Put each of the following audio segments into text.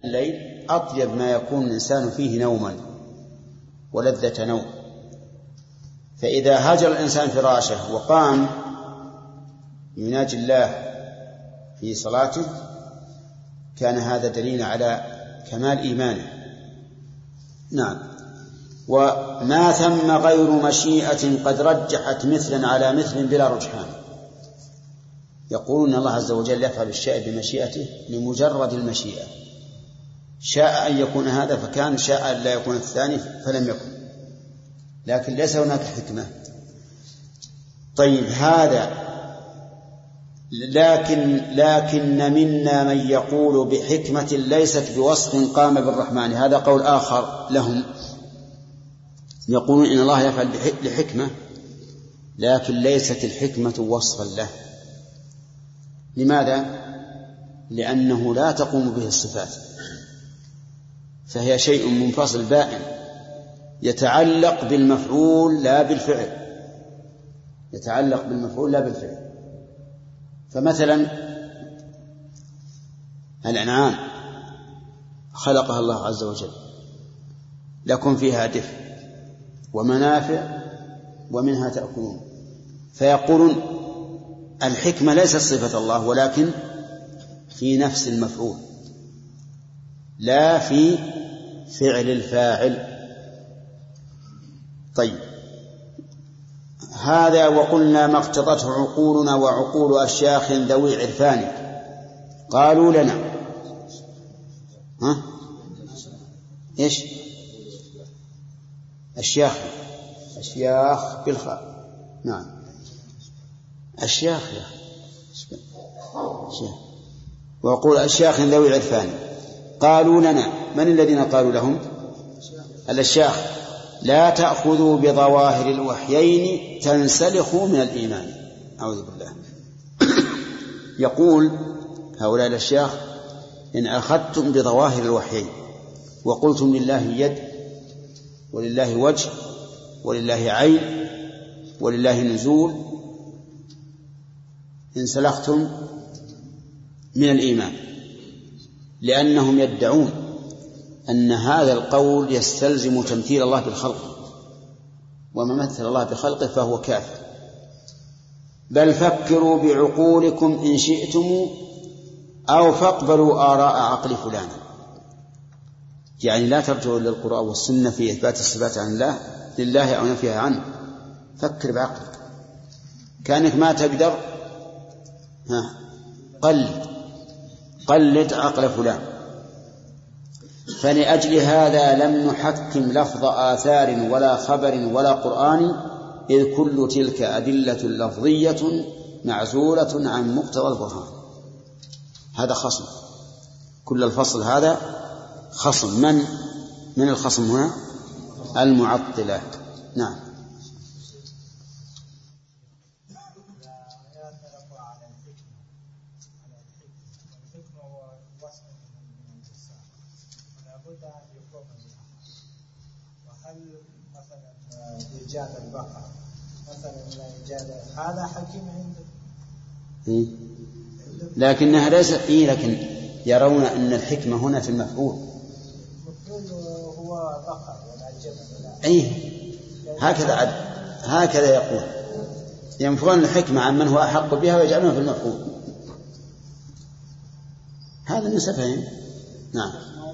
الليل أطيب ما يكون الإنسان فيه نوما ولذة نوم. فإذا هجر الإنسان فراشه وقام يناجي الله في صلاته كان هذا دليل على كمال إيمانه. نعم. وما ثم غير مشيئة قد رجحت مثلا على مثل بلا رجحان. يقولون أن الله عز وجل يفعل الشيء بمشيئته لمجرد المشيئة، شاء أن يكون هذا فكان، شاء أن لا يكون الثاني فلم يكن، لكن ليس هناك حكمة. طيب هذا لكن منا من يقول بحكمة ليست بوصف قام بالرحمن. هذا قول آخر لهم، يقولون إن الله يفعل لحكمة لكن ليست الحكمة وصفا له. لماذا؟ لأنه لا تقوم به الصفات، فهي شيء منفصل بائن يتعلق بالمفعول لا بالفعل، يتعلق بالمفعول لا بالفعل. فمثلا الأنعام خلقها الله عز وجل لكم فيها دفء ومنافع ومنها تأكلون، فيقولون الحكمة ليست صفة الله ولكن في نفس المفعول لا في فعل الفاعل. طيب هذا وقلنا ما اقتضته عقولنا وعقول أشياخ ذوي عرفان قالوا لنا إيش أشياخ بالخاء. نعم أشياخ وعقول أشياخ ذوي عرفان قالوا لنا. من الذين قالوا لهم؟ الأشياخ. لا تأخذوا بظواهر الوحيين تنسلخوا من الإيمان. أعوذ بالله. يقول هؤلاء الأشياخ إن أخذتم بظواهر الوحيين وقلتم لله يد ولله وجه ولله عين ولله نزول انسلختم من الإيمان، لأنهم يدعون أن هذا القول يستلزم تمثيل الله بالخلق، وما مثل الله بخلقه فهو كافر. بل فكروا بعقولكم إن شئتم أو فاقبلوا آراء عقل فلان. يعني لا ترجعوا للقرآن والسنة في إثبات الصفات عن الله لله أو نفيها عنه، فكر بعقلك. كانك ما تقدر قلد عقل فلان. فلأجل هذا لم نحكم لفظ آثار ولا خبر ولا قرآن، إذ كل تلك أدلة لفظية معزولة عن مقتضى البرهان. هذا خصم، كل الفصل هذا خصم. من الخصم هنا؟ المعطلة. نعم. إيجاد البقر مثلا هذا حكيم عنده، لكنها ليست لكن يرون أن الحكمة هنا في المفعول. هو بقر ولا جبل ولا هكذا يقول، ينفون الحكمة عن من هو أحق بها ويجعلونها في المفعول. هذا من سفههم. نعم.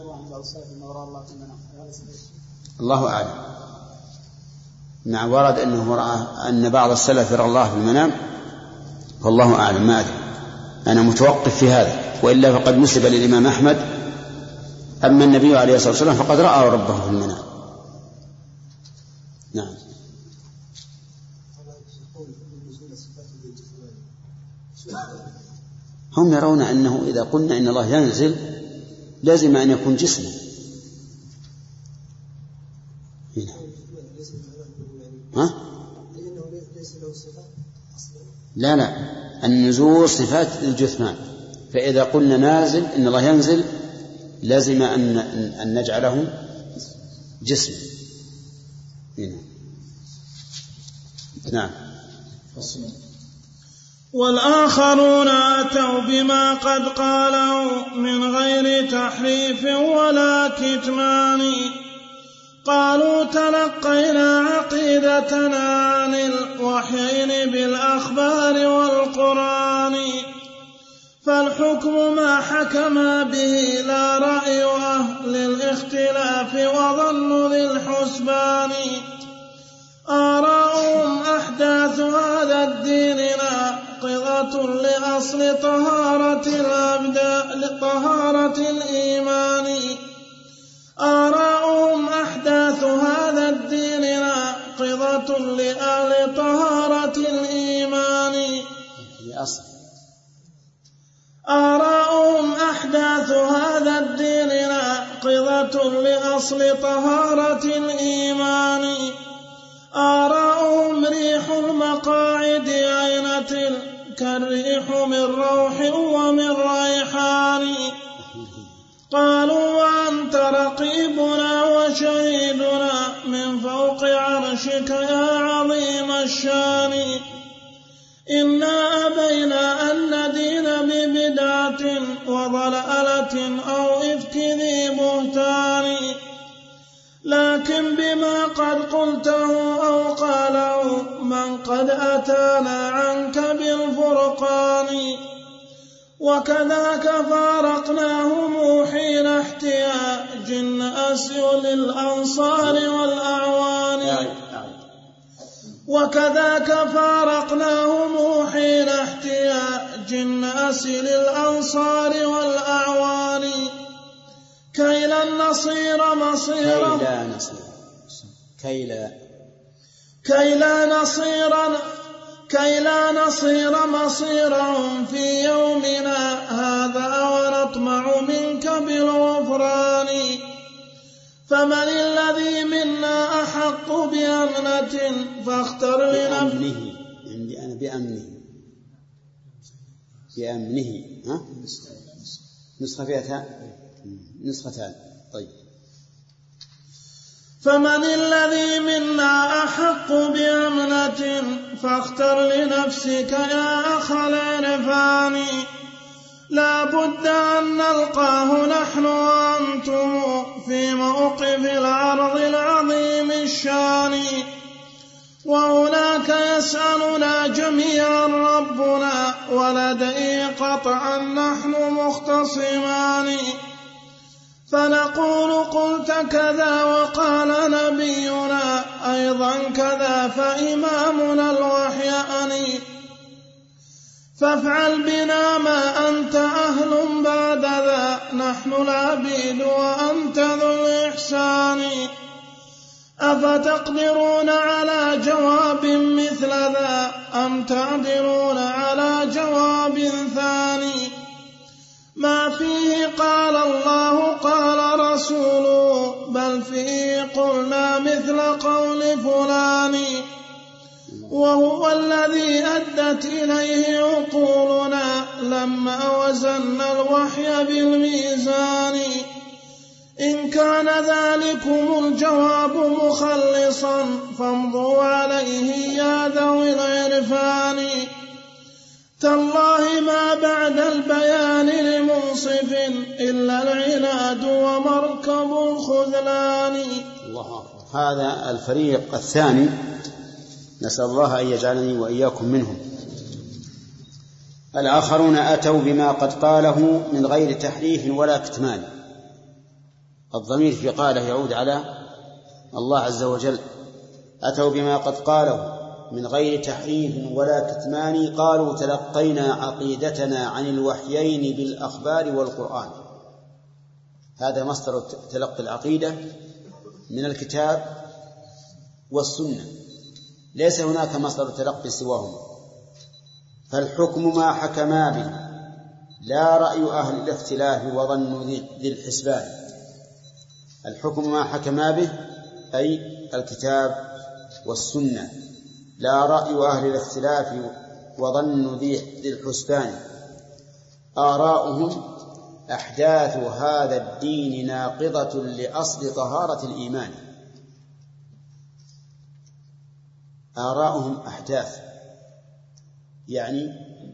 الله أعلم. نعم ورد أنه رأى أن بعض السلف يرى الله في المنام، والله أعلم، ما أدري، أنا متوقف في هذا. وإلا فقد نسب للإمام أحمد، أما النبي عليه الصلاة والسلام فقد رأى ربه في المنام. نعم. هم يرون أنه إذا قلنا إن الله ينزل لازم أن يكون جسما. لا النزول صفات الجثمان، فإذا قلنا نازل إن الله ينزل لازم أن نجعله جسم. نعم. والآخرون أتوا بما قد قالوا من غير تحريف ولا كتمان قالوا تلقينا عقيدتنا عن الوحيين بالأخبار والقرآن فالحكم ما حكم به لا رأي أهل الاختلاف وظن ذي الحسبان آراؤهم أحداث هذا الدين ناقضة لأصل طهارة الإيمان آراؤهم أحداث هذا الدين ناقضة لأهل طهارة الإيمان آراؤهم أحداث هذا الدين ناقضة لأصل طهارة الإيمان آراؤهم ريح المقاعد عينة كالريح من روح ومن ريحان قالوا وأنت رقيبنا وشهيدنا من فوق عرشك يا عظيم الشان إنا أبينا أن ندين ببدعة وضلالة أو إفك ذي بهتان لكن بما قد قلته أو قاله من قد أتانا عنك بالفرقان وكذاك فارقناهم حين احتياج أسي للأنصار والأعوان وكذاك فارقناهم حين احتياج أسي للأنصار والأعوان كي لن نصير مصيرا كي لا نصير مصيرهم في يومنا هذا ونطمع منك بالغفران فمن الذي منا أحق بأمنة فاختر لنفسه بأمنه نسخة فيها نسختان طيب فمن الذي منا أحق بأمنة فاختر لنفسك يا أخ العرفان لا بد أن نلقاه نحن وأنتم في موقف العرض العظيم الشان وهناك يسألنا جميعا ربنا ولديه قطعا نحن مختصمان فنقول قلت كذا وقال نبينا أيضا كذا فإمامنا الوحيان فافعل بنا ما أنت أهل بعد ذا نحن العبيد وأنت ذو الإحسان أفتقدرون على جواب مثل ذا أم تعدلون على جواب ثاني ما فيه قال الله قال رسوله بل فيه قلنا مثل قول فلان وهو الذي أدت إليه عقولنا لما وزنا الوحي بالميزان إن كان ذلكم الجواب مخلصا فامضوا عليه يا ذوي العرفان تالله ما بعد البيان لمنصف إلا العناد ومركب الخذلان. الله أكبر. هذا الفريق الثاني نسأل الله أن يجعلني وإياكم منهم. الآخرون أتوا بما قد قاله من غير تحريف ولا كتمان. الضمير في قاله يعود على الله عز وجل. أتوا بما قد قاله من غير تحريف ولا كتمان قالوا تلقينا عقيدتنا عن الوحيين بالأخبار والقرآن. هذا مصدر تلقي العقيدة من الكتاب والسنة، ليس هناك مصدر تلقي سواهما. فالحكم ما حكما به لا رأي أهل الاختلاف وظن ذي الحسبان. الحكم ما حكما به أي الكتاب والسنة، لا رأي أهل الاختلاف وظن ذي الحسبان. آراؤهم أحداث هذا الدين ناقضة لأصل طهارة الإيمان. آراؤهم أحداث يعني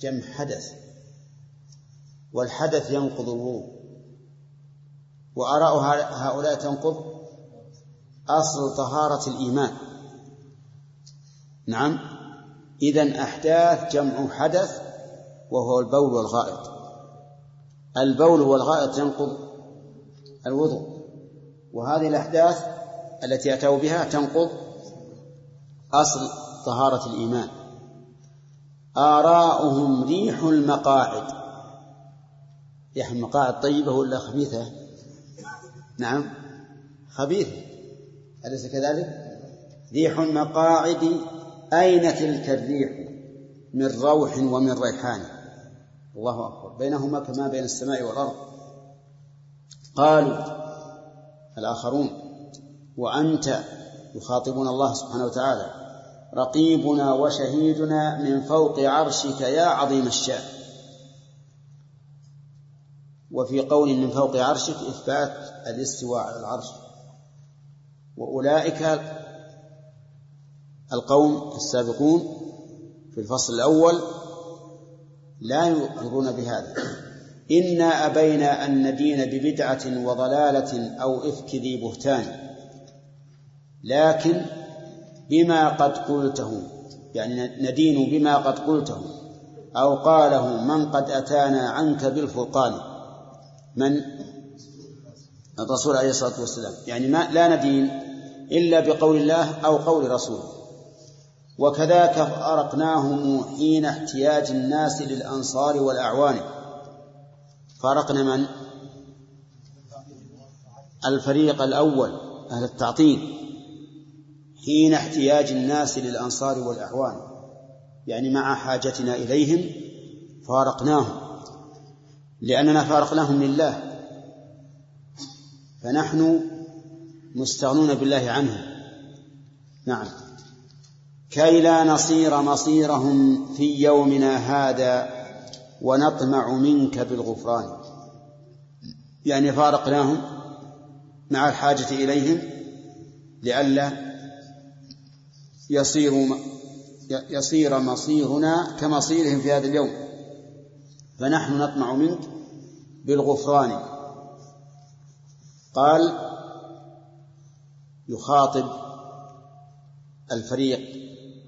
جمع حدث، والحدث ينقض الوضوء، وآراء هؤلاء تنقض أصل طهارة الإيمان. نعم، إذن أحداث جمع حدث، وهو البول والغائط. البول والغائط ينقض الوضوء، وهذه الأحداث التي أتوا بها تنقض أصل طهارة الإيمان. آراؤهم ريح المقاعد. ريح المقاعد طيبة ولا خبيثة؟ نعم خبيثة، أليس كذلك؟ ريح المقاعد أين تلك الريح من روح ومن ريحان. الله أكبر، بينهما كما بين السماء والأرض. قالوا الآخرون وأنت، يخاطبون الله سبحانه وتعالى، رقيبنا وشهيدنا من فوق عرشك يا عظيم الشأن. وفي قول من فوق عرشك إثبات الاستواء على العرش. وأولئك القوم السابقون في الفصل الأول لا يقرون بهذا. إنا أبينا أن ندين ببدعة وضلالة أو إفك ذي بهتان، لكن بما قد قلته، يعني ندين بما قد قلته أو قاله من قد أتانا عنك بالفرقان، من الرسول عليه الصلاة والسلام، يعني لا ندين إلا بقول الله أو قول رسوله. وكذاك فأرقناهم حين احتياج الناس للأنصار والأعوان. فارقنا من؟ الفريق الأول أهل التعطيل، حين احتياج الناس للأنصار والأعوان، يعني مع حاجتنا إليهم فارقناهم، لأننا فارقناهم لله، فنحن مستغنون بالله عنهم. نعم، كي لا نصير مصيرهم في يومنا هذا ونطمع منك بالغفران. يعني فارقناهم مع الحاجة إليهم لئلا يصير مصيرنا كمصيرهم في هذا اليوم، فنحن نطمع منك بالغفران. قال يخاطب الفريق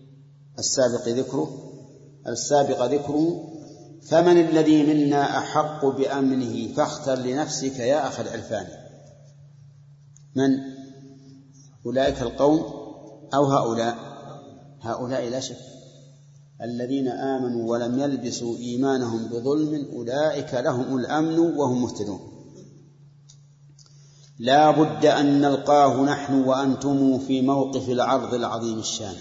السابق ذكره فمن الذي منا أحق بأمنه فاختر لنفسك يا أخي العرفان. من أولئك القوم أو هؤلاء لا شك، الذين آمنوا ولم يلبسوا إيمانهم بظلم أولئك لهم الأمن وهم مهتدون. لا بد أن نلقاه نحن وأنتم في موقف العرض العظيم الشان.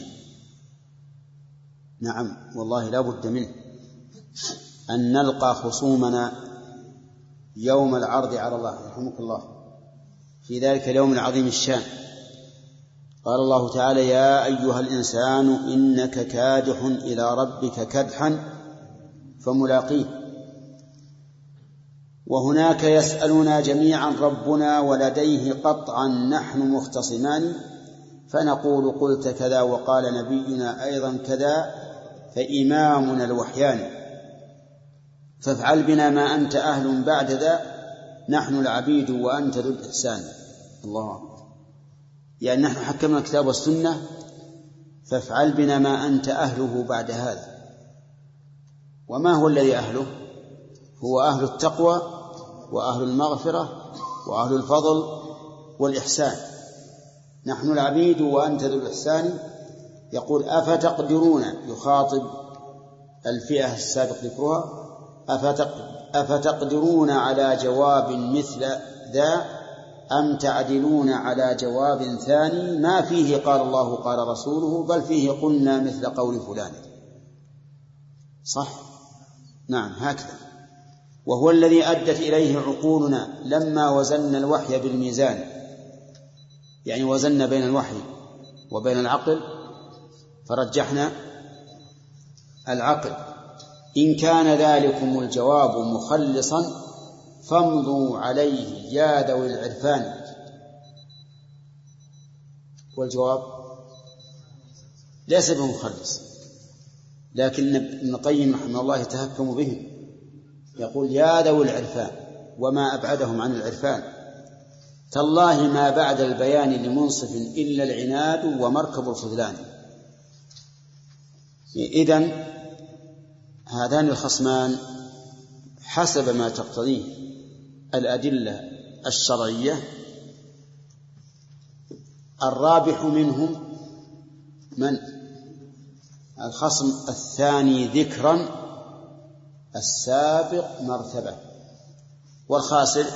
نعم والله لا بد منه أن نلقى خصومنا يوم العرض على الله، رحمك الله، في ذلك اليوم العظيم الشان. قال الله تعالى يا أيها الإنسان إنك كادح إلى ربك كدحا فملاقيه. وهناك يسألنا جميعا ربنا ولديه قطعا نحن مختصمان، فنقول قلت كذا وقال نبينا أيضا كذا فإمامنا الوحيان، فافعل بنا ما أنت أهل بعد ذا نحن العبيد وأنت ذو الإحسان. الله، يعني نحن حكمنا الكتاب والسنة، فافعل بنا ما أنت أهله بعد هذا. وما هو الذي أهله؟ هو أهل التقوى وأهل المغفرة وأهل الفضل والإحسان. نحن العبيد وأنت ذو الإحسان. يقول أفتقدرون، يخاطب الفئة السابق ذكرها، أفتقدرون على جواب مثل ذا أم تعدلون على جواب ثاني ما فيه قال الله قال رسوله بل فيه قلنا مثل قول فلان. صح؟ نعم هكذا. وهو الذي أدت إليه عقولنا لما وزن الوحي بالميزان، يعني وزن بين الوحي وبين العقل فرجحنا العقل. إن كان ذلكم الجواب مخلصا فامضوا عليه يا ذوي العرفان. والجواب ليس بمخلص، لكن ابن القيم رحمه الله يتهكم بهم، يقول يا ذوي العرفان وما أبعدهم عن العرفان، تالله ما بعد البيان لمنصف إلا العناد ومركب الخذلان. إذن هذان الخصمان حسب ما تقتضيه الأدلة الشرعية الرابح منهم من؟ الخصم الثاني ذكرا السابق مرتبة، والخاسر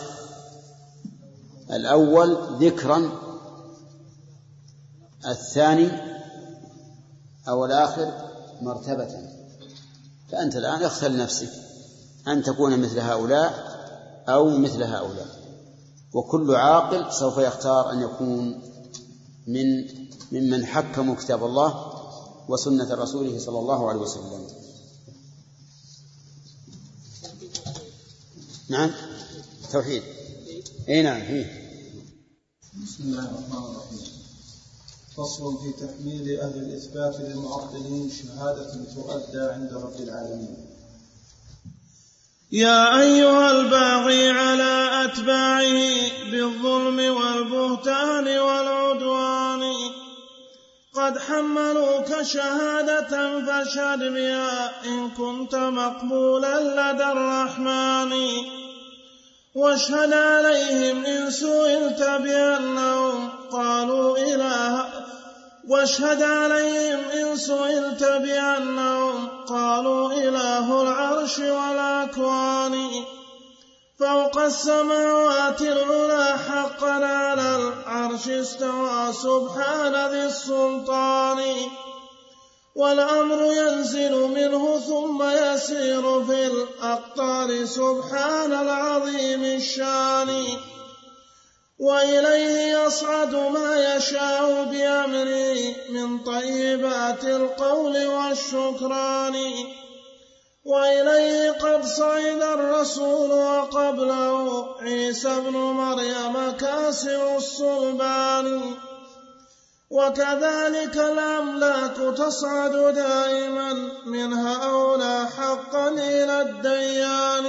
الأول ذكرا الثاني أو الآخر مرتبة. فأنت الآن اختر نفسك أن تكون مثل هؤلاء أو مثل هؤلاء، وكل عاقل سوف يختار أن يكون ممن حكموا كتاب الله وسنة رسوله صلى الله عليه وسلم. نعم توحيد. اي نعم فيه. بسم الله الرحمن الرحيم. فصل في تحميل أهل الإثبات للمعطلين شهادة تؤدى عند رب العالمين. يا أيها الباغي على أتباعه بالظلم والبهتان والعدوان، قد حملوك شهادة فاشهد بها إن كنت مقبولا لدى الرحمن، واشهد عليهم إن سئلت بأنهم قالوا إله العرش والأكوان، فوق السماوات العلى حقا على العرش استوى سبحان ذي السلطان، والأمر ينزل منه ثم يسير في الأقطار سبحان العظيم الشان، وإليه يصعد ما يشاء بأمره من طيبات القول والشكران، وإليه قد صعد الرسول وقبله عيسى بن مريم كاسر الصلبان، وكذلك الأملاك تصعد دائما من هؤلاء حقا إلى الديان،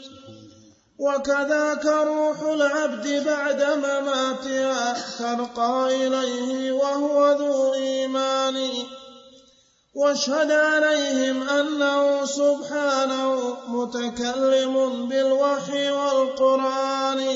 وكذاك روح العبد بعد مماتها ترقى إليه وهو ذو إيمان، واشهد عليهم أنه سبحانه متكلم بالوحي والقرآن،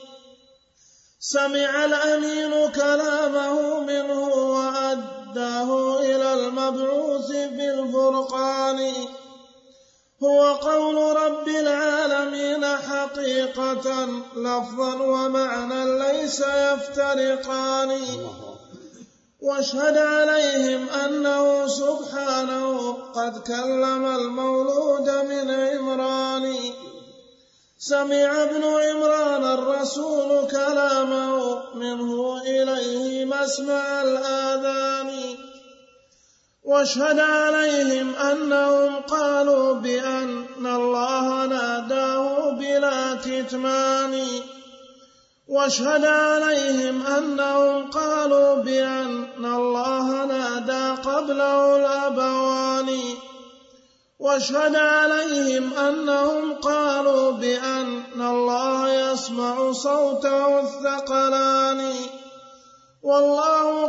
سمع الأمين كلامه منه وأداه إلى المبعوث بالفرقان، هو قول رب العالمين حقيقة لفظا ومعنى ليس يفترقان، واشهد عليهم أنه سبحانه قد كلم المولود من عمران، سمع ابن عمران الرسول كلامه منه إليه مسمع الآذان، واشهد عليهم أنهم قالوا بأن الله ناداه بلا كتمان، واشهد عليهم أنهم قالوا بأن الله نادى قبله الأبوان، واشهد عليهم أنهم قالوا بأن الله يسمع صوته الثقلان، والله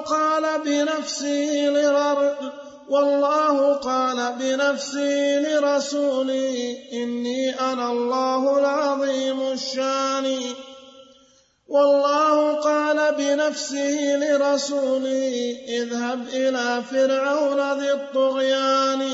قال بنفسه لرسوله إني أنا الله العظيم الشان، والله قال بنفسه لرسوله اذهب إلى فرعون ذي الطغيان،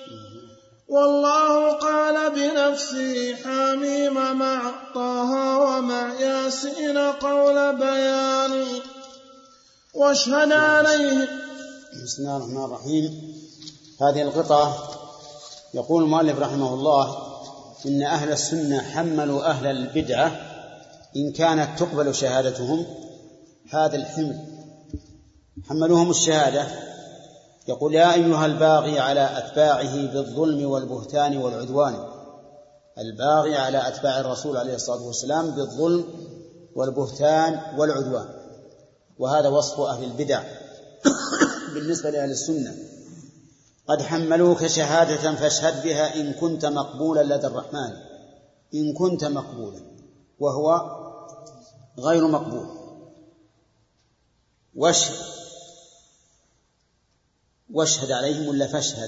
والله قال بنفسه حميم مع طه ومع ياسين قول بيان، واشهد عليه. بسم الله الرحمن الرحيم. هذه القطعة يقول المؤلف رحمه الله إن أهل السنة حملوا أهل البدعة إن كانت تقبل شهادتهم هذا الحمل، حملوهم الشهادة. يقول يا أيها الباغي على أتباعه بالظلم والبهتان والعدوان، الباغي على أتباع الرسول عليه الصلاة والسلام بالظلم والبهتان والعدوان، وهذا وصف أهل البدع بالنسبة لأهل السنة، قد حملوك شهادة فاشهد بها إن كنت مقبولا لدى الرحمن، إن كنت مقبولا، وهو غير مقبول. واشهد عليهم ولا فاشهد؟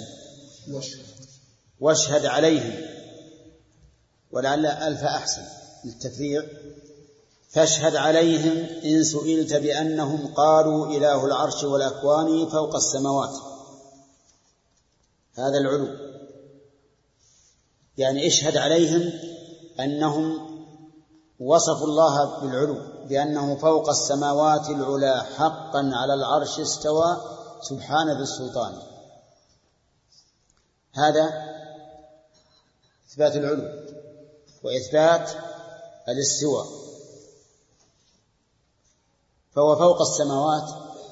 واشهد عليهم، ولعل ألف أحسن للتفريع. فاشهد عليهم إن سئلت بأنهم قالوا إله العرش والأكوان فوق السماوات. هذا العلو، يعني اشهد عليهم أنهم وصفوا الله بالعلو بأنه فوق السماوات العلا حقا على العرش استوى سبحانه ذي السلطان. هذا إثبات العلو وإثبات الاستواء، فهو فوق السماوات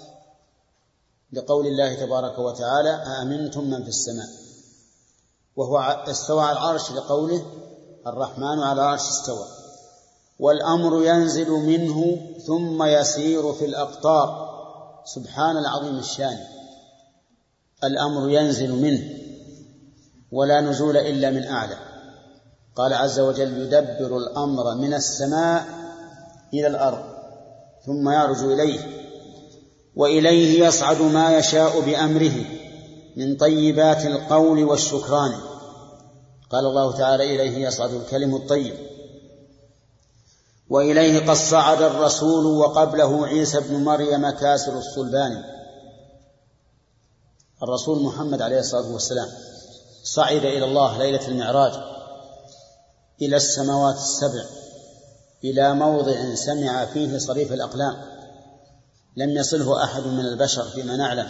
لقول الله تبارك وتعالى أأمنتم من في السماء، وهو استوى على العرش لقوله الرحمن على العرش استوى. والأمر ينزل منه ثم يسير في الأقطار سبحان العظيم الشان. الأمر ينزل منه ولا نزول إلا من أعلى. قال عز وجل يدبر الأمر من السماء إلى الأرض ثم يعرج إليه، وإليه يصعد ما يشاء بأمره من طيبات القول والشكران. قال الله تعالى إليه يصعد الكلم الطيب. وإليه قد صعد الرسول وقبله عيسى بن مريم كاسر الصلبان. الرسول محمد عليه الصلاة والسلام صعد إلى الله ليلة المعراج إلى السماوات السبع، إلى موضع سمع فيه صريف الأقلام لم يصله أحد من البشر فيما نعلم.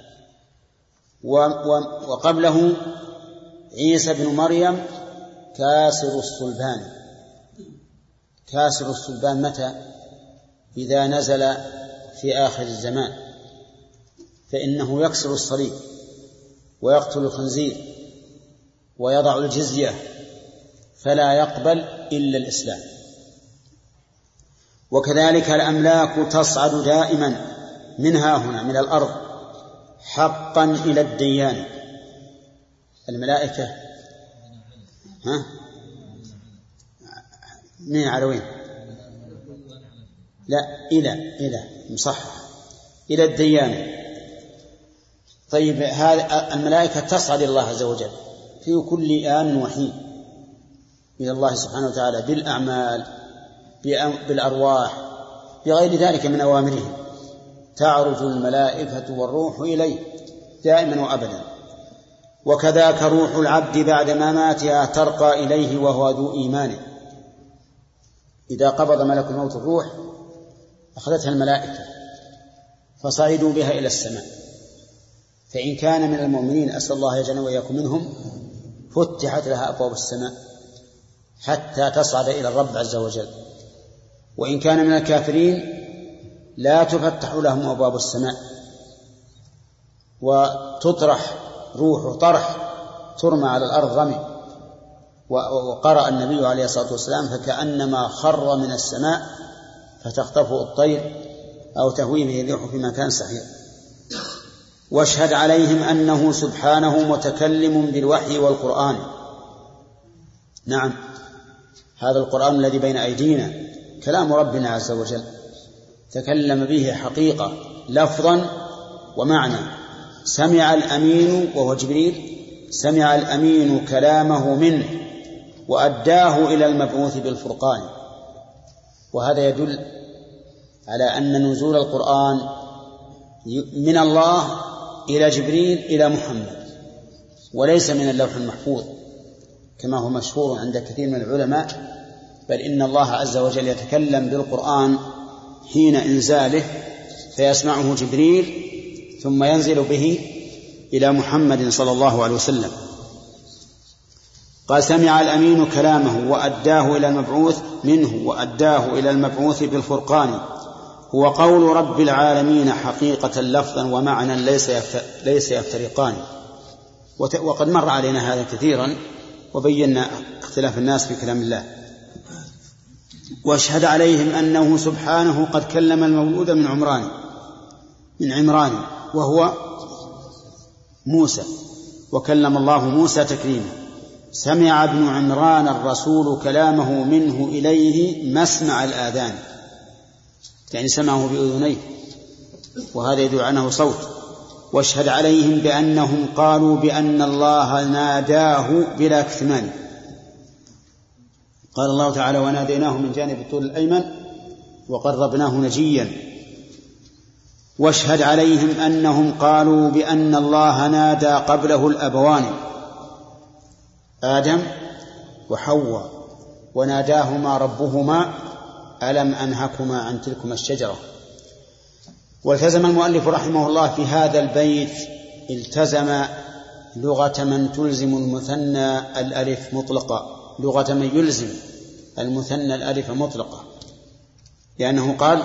وقبله عيسى بن مريم كاسر الصلبان. كاسر الصلبان متى؟ إذا نزل في آخر الزمان، فإنه يكسر الصليب ويقتل الخنزير ويضع الجزية، فلا يقبل إلا الإسلام. وكذلك الأملاك تصعد دائما منها هنا من الأرض حقا إلى الديان. الملائكة من على وين؟ لا، إلى مصحح إلى الديان. طيب، هذا الملائكة تصعد الله عز وجل في كل آن وحين إلى الله سبحانه وتعالى بالأعمال بالأرواح بغير ذلك من أوامره. تعرج الملائكة والروح إليه دائما وأبدا. وكذاك روح العبد بعد مماتها ترقى إليه وهو ذو إيمان. إذا قبض ملك الموت الروح أخذتها الملائكة فصعدوا بها إلى السماء، فإن كان من المؤمنين أسأل الله يجعلنا وإياكم منهم فتحت لها أبواب السماء حتى تصعد إلى الرب عز وجل. وإن كان من الكافرين لا تفتح لهم أبواب السماء وتطرح روح طرح ترمى على الأرض رمي. وقرأ النبي عليه الصلاة والسلام فكأنما خر من السماء فتخطفه الطير أو تهوي به الريح في مكان سحيق. واشهد عليهم أنه سبحانه متكلم بالوحي والقرآن. نعم، هذا القرآن الذي بين أيدينا كلام ربنا عز وجل تكلم به حقيقة لفظا ومعنى. سمع الأمين وهو جبريل، سمع الأمين كلامه منه وأداه إلى المبعوث بالفرقان. وهذا يدل على أن نزول القرآن من الله إلى جبريل إلى محمد، وليس من اللوح المحفوظ كما هو مشهور عند كثير من العلماء، بل إن الله عز وجل يتكلم بالقرآن حين إنزاله فيسمعه جبريل ثم ينزل به إلى محمد صلى الله عليه وسلم. قال سمع الأمين كلامه وأداه إلى المبعوث منه وأداه إلى المبعوث بالفرقان، هو قول رب العالمين حقيقة لفظا ومعنى ليس يفترقان. وقد مر علينا هذا كثيرا وبينا اختلاف الناس في كلام الله. واشهد عليهم أنه سبحانه قد كلم المولود من عمران وهو موسى وكلم الله موسى تكليما. سمع ابن عمران الرسول كلامه منه إليه مسمع الآذان، يعني سمعه بأذنيه، وهذا يدل عنه صوت. واشهد عليهم بأنهم قالوا بأن الله ناداه بلا كتمان. قال الله تعالى: وناديناه من جانب الطور الأيمن وقربناه نجيا. واشهد عليهم أنهم قالوا بأن الله نادى قبله الأبوان آدم وحواء وناداهما ربهما ألم أنهكما عن تلكما الشجرة. والتزم المؤلف رحمه الله في هذا البيت التزم لغة من تلزم المثنى الألف مطلقة، لغة من يلزم المثنى الألف مطلقة، لأنه قال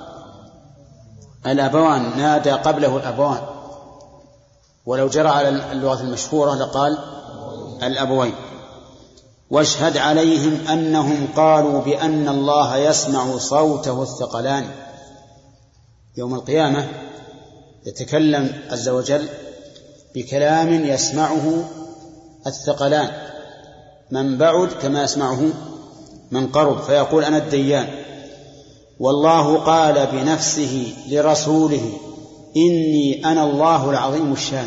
الأبوان نادى قبله الأبوان، ولو جرى على اللغة المشهورة لقال الأبوين. واشهد عليهم أنهم قالوا بأن الله يسمع صوته الثقلان. يوم القيامة يتكلم عز وجل بكلام يسمعه الثقلان، من بعد كما يسمعه من قرب، فيقول أنا الديان. والله قال بنفسه لرسوله إني أنا الله العظيم الشان،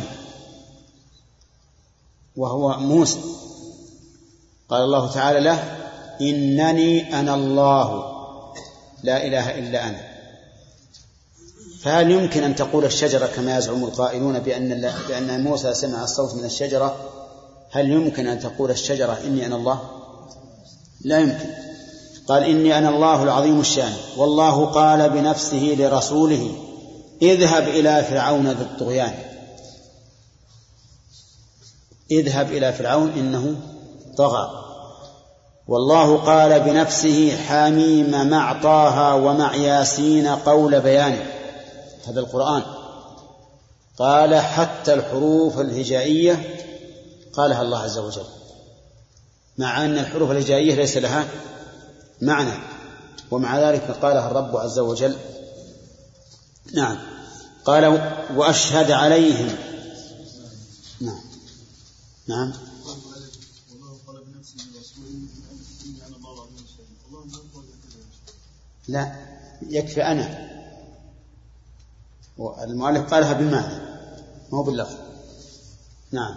وهو موسى. قال الله تعالى له إنني أنا الله لا إله إلا أنا. فهل يمكن أن تقول الشجرة كما يزعم القائلون بأن موسى سمع الصوت من الشجرة؟ هل يمكن أن تقول الشجرة إني أنا الله؟ لا يمكن. قال إني أنا الله العظيم الشان. والله قال بنفسه لرسوله اذهب إلى فرعون ذي الطغيان، اذهب إلى فرعون إنه طغى. والله قال بنفسه حميم مع طه ومع ياسين قول بيانه. هذا القرآن قال حتى الحروف الهجائية قالها الله عز وجل، مع أن الحروف الهجائية ليس لها معنى، ومع ذلك قالها الرب عز وجل. نعم. قال وأشهد عليهم. نعم. نعم. لا يكفي أنا، والمؤلف قالها بالمعنى مو باللفظ. نعم.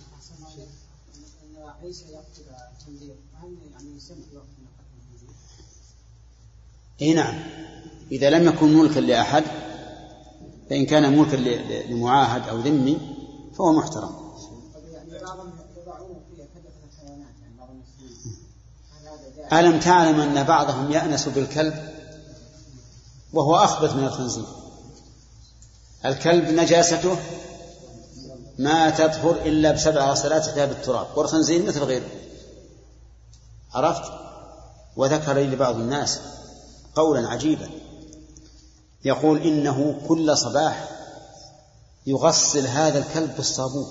اي نعم، إذا لم يكن ملكا لأحد، فإن كان ملكا لمعاهد أو ذمي فهو محترم. ألم تعلم أن بعضهم يأنس بالكلب وهو أخبث من الخنزير؟ الكلب نجاسته ما تطهر إلا ب7 غسلات بالتراب، والخنزير مثل غيره. عرفت؟ وذكر لي بعض الناس قولا عجيبا، يقول إنه كل صباح يغسل هذا الكلب بالصابون.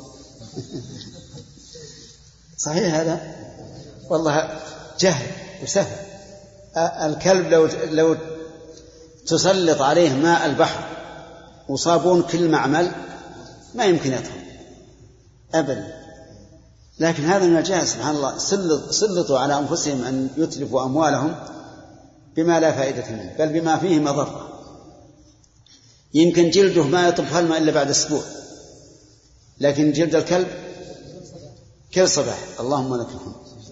صحيح هذا؟ والله جهل وسهل. الكلب لو تسلط عليه ماء البحر وصابون كل معمل ما يمكن يطهر أبدا. لكن هذا من الجهل سبحان الله. سلطوا على أنفسهم أن يتلفوا أموالهم بما لا فائدة منه، بل بما فيه مضرة. يمكن جلده ما يطلب الماء إلا بعد أسبوع، لكن جلد الكلب كل صباح. اللهم لك الحمد.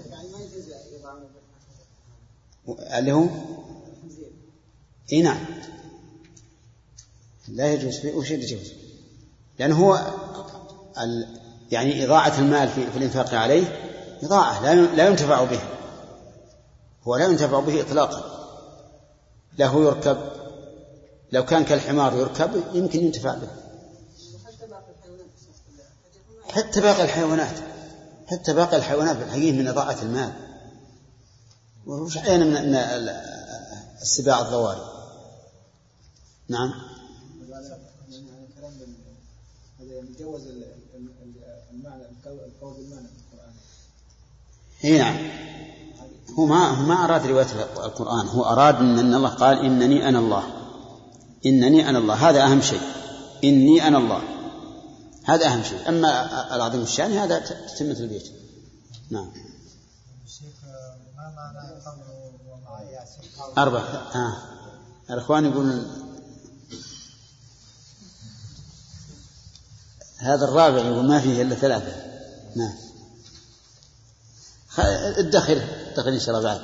اللي هو إيه نعم لا يجوز فيه وش يجوز، لأنه هو يعني إضاعة المال في الإنفاق عليه إضاعة لا ينتفع به، هو لا ينتفع به إطلاقا. له يركب، لو كان كالحمار يركب يمكن ينتفع به. حتى باقي الحيوانات بالحقيقة من إضاعة المال، وش أحيانا من السباع الضواري. نعم. يجوز المعنى القول بالمعنى في القرآن. هي نعم. هو ما أراد رواية القرآن، هو أراد أن الله قال إنني أنا الله، إنني أنا الله، هذا أهم شيء. إني أنا الله، هذا أهم شيء. أما العظيم الشان هذا تتمة البيت. نعم. الشيخ ما معنى قوله ومعي ياسين؟ 4. الأخوان يقولون هذا الرابع يقول ما فيه إلا 3. نعم. الدخل إن شاء الله بعد.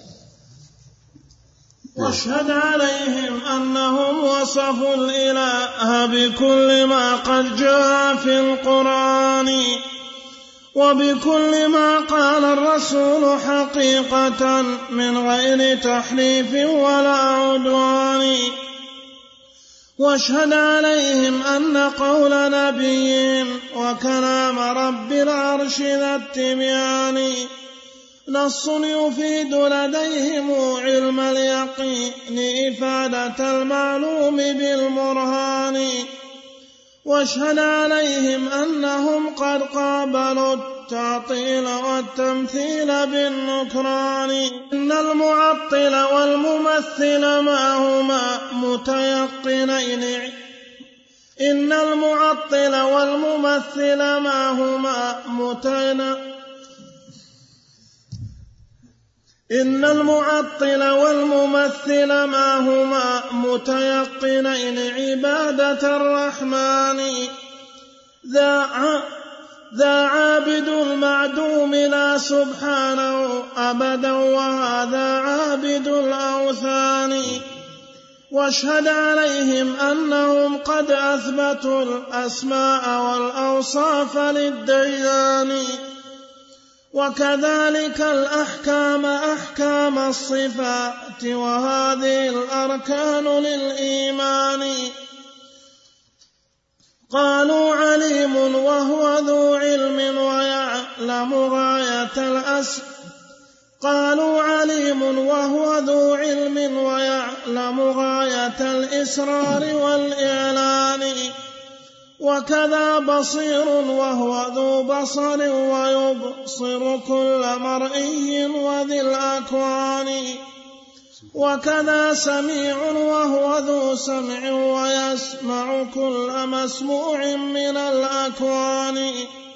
واشهد عليهم أنهم وصفوا الإله بكل ما قد جاء في القرآن وبكل ما قال الرسول حقيقة من غير تحريف ولا عدوان. واشهد عليهم أن قول نبيهم وكلام رب العرش ذا التبيان نص يفيد لديهم علم اليقين إفادة المعلوم بالبرهان. واشهد عليهم أنهم قد قابلوا التعطيل والتمثيل بالنكران. إن المعطل والممثل ما هما متيقنين إن المعطل والممثل ما هما متيقنين عبادة الرحمن. ذا عابد المعدوم لا سبحانه أبدا وهذا عابد الأوثان. واشهد عليهم أنهم قد أثبتوا الأسماء والأوصاف للديان وكذلك الأحكام أحكام الصفات وهذه الأركان للإيمان. قالوا عليم وهو ذو علم ويعلم غاية الإسرار والإعلان. وكذا بصير وهو ذو بصر ويبصر كل مرئي وذي الأكوان. وكذا سميع وهو ذو سمع ويسمع كل مسموع من الأكوان.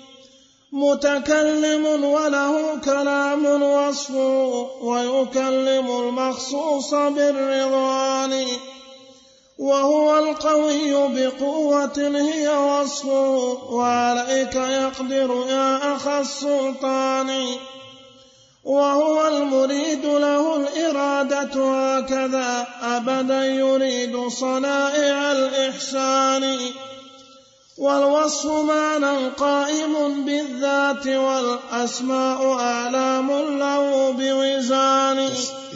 متكلم وله كلام وصفه ويكلم المخصوص بالرضوان. وهو القوي بقوة هي وصفه وعليك يقدر يا أخ السلطان. وهو المريد له الإرادة هكذا أبدا يريد صنائع الإحسان. والوصف معنى قائم بالذات والأسماء أعلام له بوزان.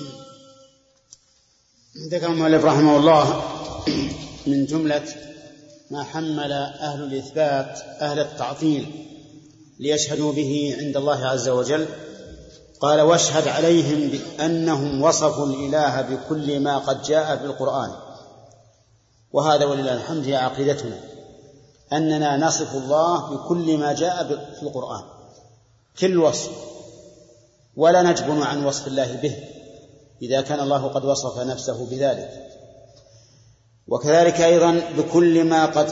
ذكر المؤلف رحمه الله من جملة ما حمل أهل الإثبات أهل التعطيل ليشهدوا به عند الله عز وجل. قال واشهد عليهم بأنهم وصفوا الإله بكل ما قد جاء في القرآن. وهذا ولله الحمد هي عقيدتنا، أننا نصف الله بكل ما جاء في القرآن، كل وصف، ولا نجبن عن وصف الله به إذا كان الله قد وصف نفسه بذلك. وكذلك أيضا بكل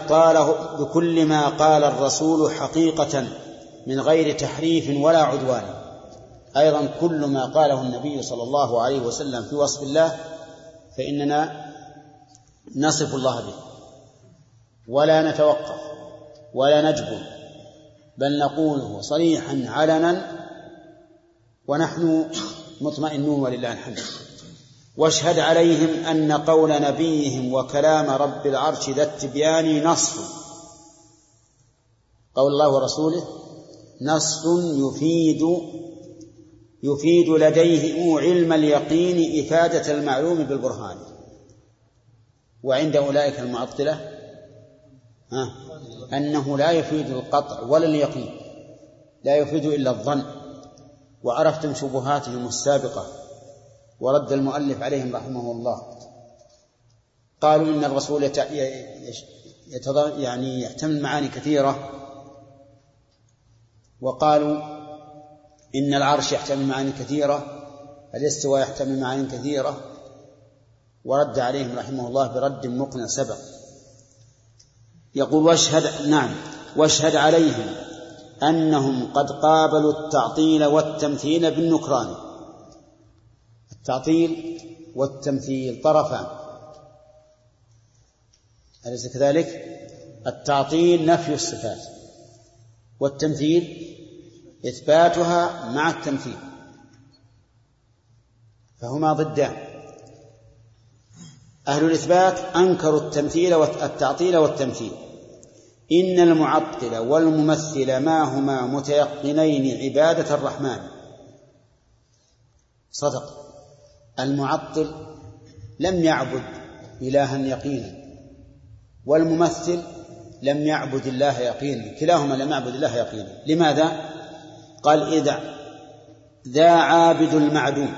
ما قال الرسول حقيقة من غير تحريف ولا عدوان. أيضا كل ما قاله النبي صلى الله عليه وسلم في وصف الله فإننا نصف الله به ولا نتوقف ولا نجبن، بل نقوله صريحا علنا ونحن مطمئنون ولله الحمد. واشهد عليهم أن قول نبيهم وكلام رب العرش ذا التبيان نص، قول الله ورسوله نص يفيد لديه علم اليقين إفادة المعلوم بالبرهان. وعند أولئك المعطلة أنه لا يفيد القطع ولا اليقين، لا يفيد إلا الظن. وعرفتم شبهاتهم السابقة ورد المؤلف عليهم رحمه الله. قالوا إن الرسول يحتمل معاني كثيرة، وقالوا إن العرش يحتمل معاني كثيرة، الاستواء يحتمل معاني كثيرة، ورد عليهم رحمه الله برد مقنع سبق. يقول واشهد عليهم أنهم قد قابلوا التعطيل والتمثيل بالنكران. التعطيل والتمثيل طرفان، أليس كذلك؟ التعطيل نفي الصفات، والتمثيل إثباتها مع التمثيل، فهما ضدان. أهل الإثبات أنكروا التمثيل والتعطيل والتمثيل. إن المعطل والممثل ما هما متيقنين عبادة الرحمن. صدق. المعطل لم يعبد إلها يقينا، والممثل لم يعبد الله يقينا، كلاهما لم يعبد الله يقينا. لماذا؟ قال إذا ذا عابد المعدوم،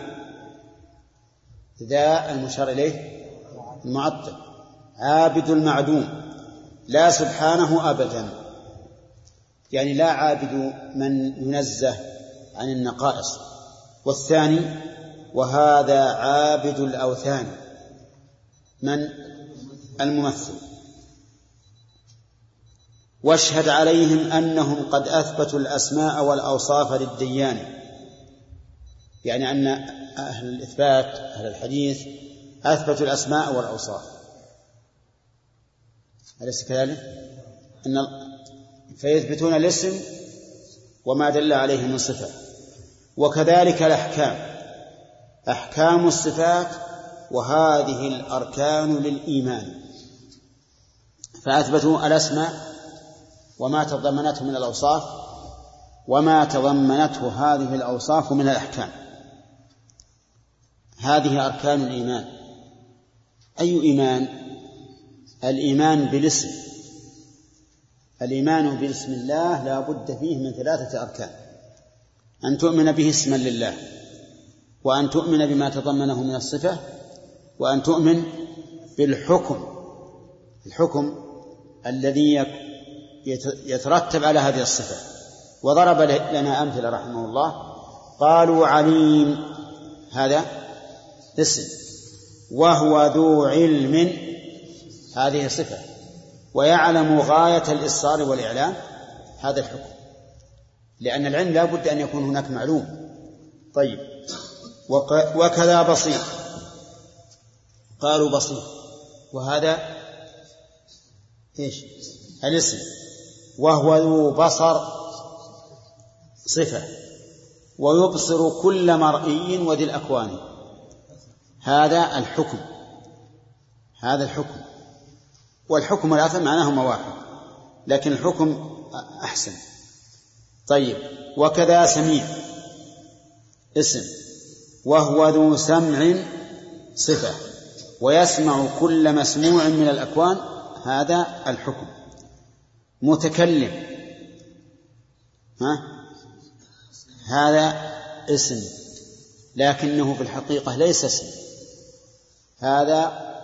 ذا المشار إليه المعطل، عابد المعدوم لا سبحانه أبدا، يعني لا عابد من ينزه عن النقائص. والثاني وهذا عابد الأوثان، من؟ الممثل. واشهد عليهم أنهم قد أثبتوا الأسماء والأوصاف للديان، يعني أن أهل الإثبات أهل الحديث أثبتوا الأسماء والأوصاف، أليس كذلك؟ فيثبتون الاسم وما دل عليه من صفة. وكذلك الأحكام، أحكام الصفات، وهذه الأركان للإيمان، فأثبتوا الأسماء وما تضمنته من الأوصاف وما تضمنته هذه الأوصاف من الأحكام. هذه أركان الإيمان. أي إيمان؟ الإيمان بالاسم. الإيمان باسم الله لا بد فيه من 3 أركان: أن تؤمن به اسما لله، وأن تؤمن بما تضمنه من الصفة، وأن تؤمن بالحكم، الحكم الذي يترتب على هذه الصفة. وضرب لنا أمثلة رحمه الله، قالوا عليم هذا اسم، وهو ذو علم هذه صفة، ويعلم غاية الإصرار والإعلام هذا الحكم، لأن العلم لا بد أن يكون هناك معلوم. طيب، وكذا بصير، قالوا بصير، وهذا إيش؟ الاسم، وهو ذو بصر صفة، ويبصر كل مرئي وذي الأكوان هذا الحكم. هذا الحكم، والحكم والأثم معناهما واحد، لكن الحكم أحسن. طيب، وكذا سميع اسم، وهو ذو سمع صفة، ويسمع كل مسموع من الأكوان هذا الحكم. متكلم هذا اسم، لكنه في الحقيقة ليس اسم، هذا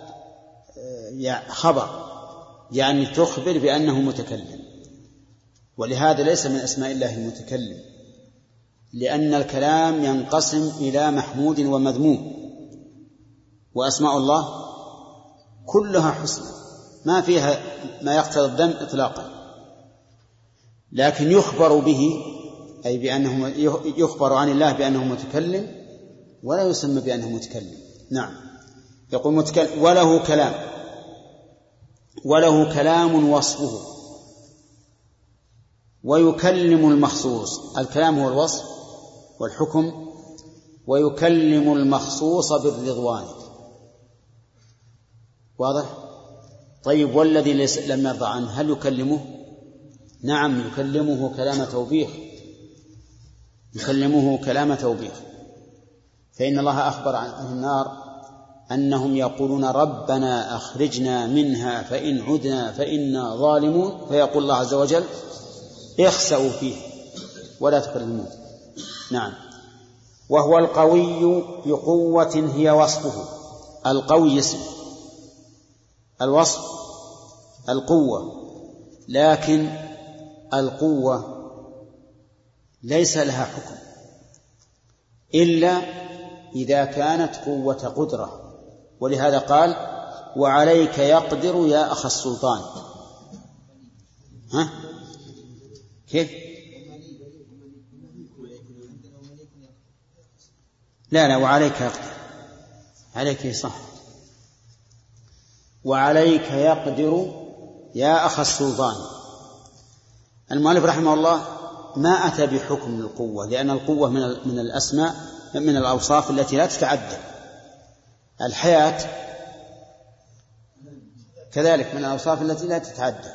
خبر، يعني تخبر بأنه متكلم. ولهذا ليس من أسماء الله المتكلم، لأن الكلام ينقسم إلى محمود ومذموم، وأسماء الله كلها حسنى ما فيها ما يقتضي الذم إطلاقا، لكن يخبر به أي بأنه يخبر عن الله بأنه متكلم، ولا يسمى بأنه متكلم. نعم، يقول متكلم وله كلام وصفه، ويكلم المخصوص. الكلام هو الوصف والحكم، ويكلم المخصوص بالرضوان. واضح؟ طيب، والذي لم يرضى عنه هل يكلمه؟ نعم، يكلمه كلام توبيخ، يكلمه كلام توبيخ. فإن الله أخبر عن أهل النار أنهم يقولون ربنا أخرجنا منها فإن عدنا فإنا ظالمون، فيقول الله عز وجل اخسأوا فيه ولا تكلمون. نعم. وهو القوي بقوة هي وصفه. القوي اسم، الوصف القوة، لكن القوة ليس لها حكم إلا إذا كانت قوة قدرة، ولهذا قال وعليك يقدر يا أخ السلطان. كيف؟ لا وعليك يقدر، عليك صح. وعليك يقدر يا أخ السلطان. المؤلف رحمه الله ما أتى بحكم القوة، لأن القوة من الأسماء من الأوصاف التي لا تتعدى. الحياة كذلك من الأوصاف التي لا تتعدى.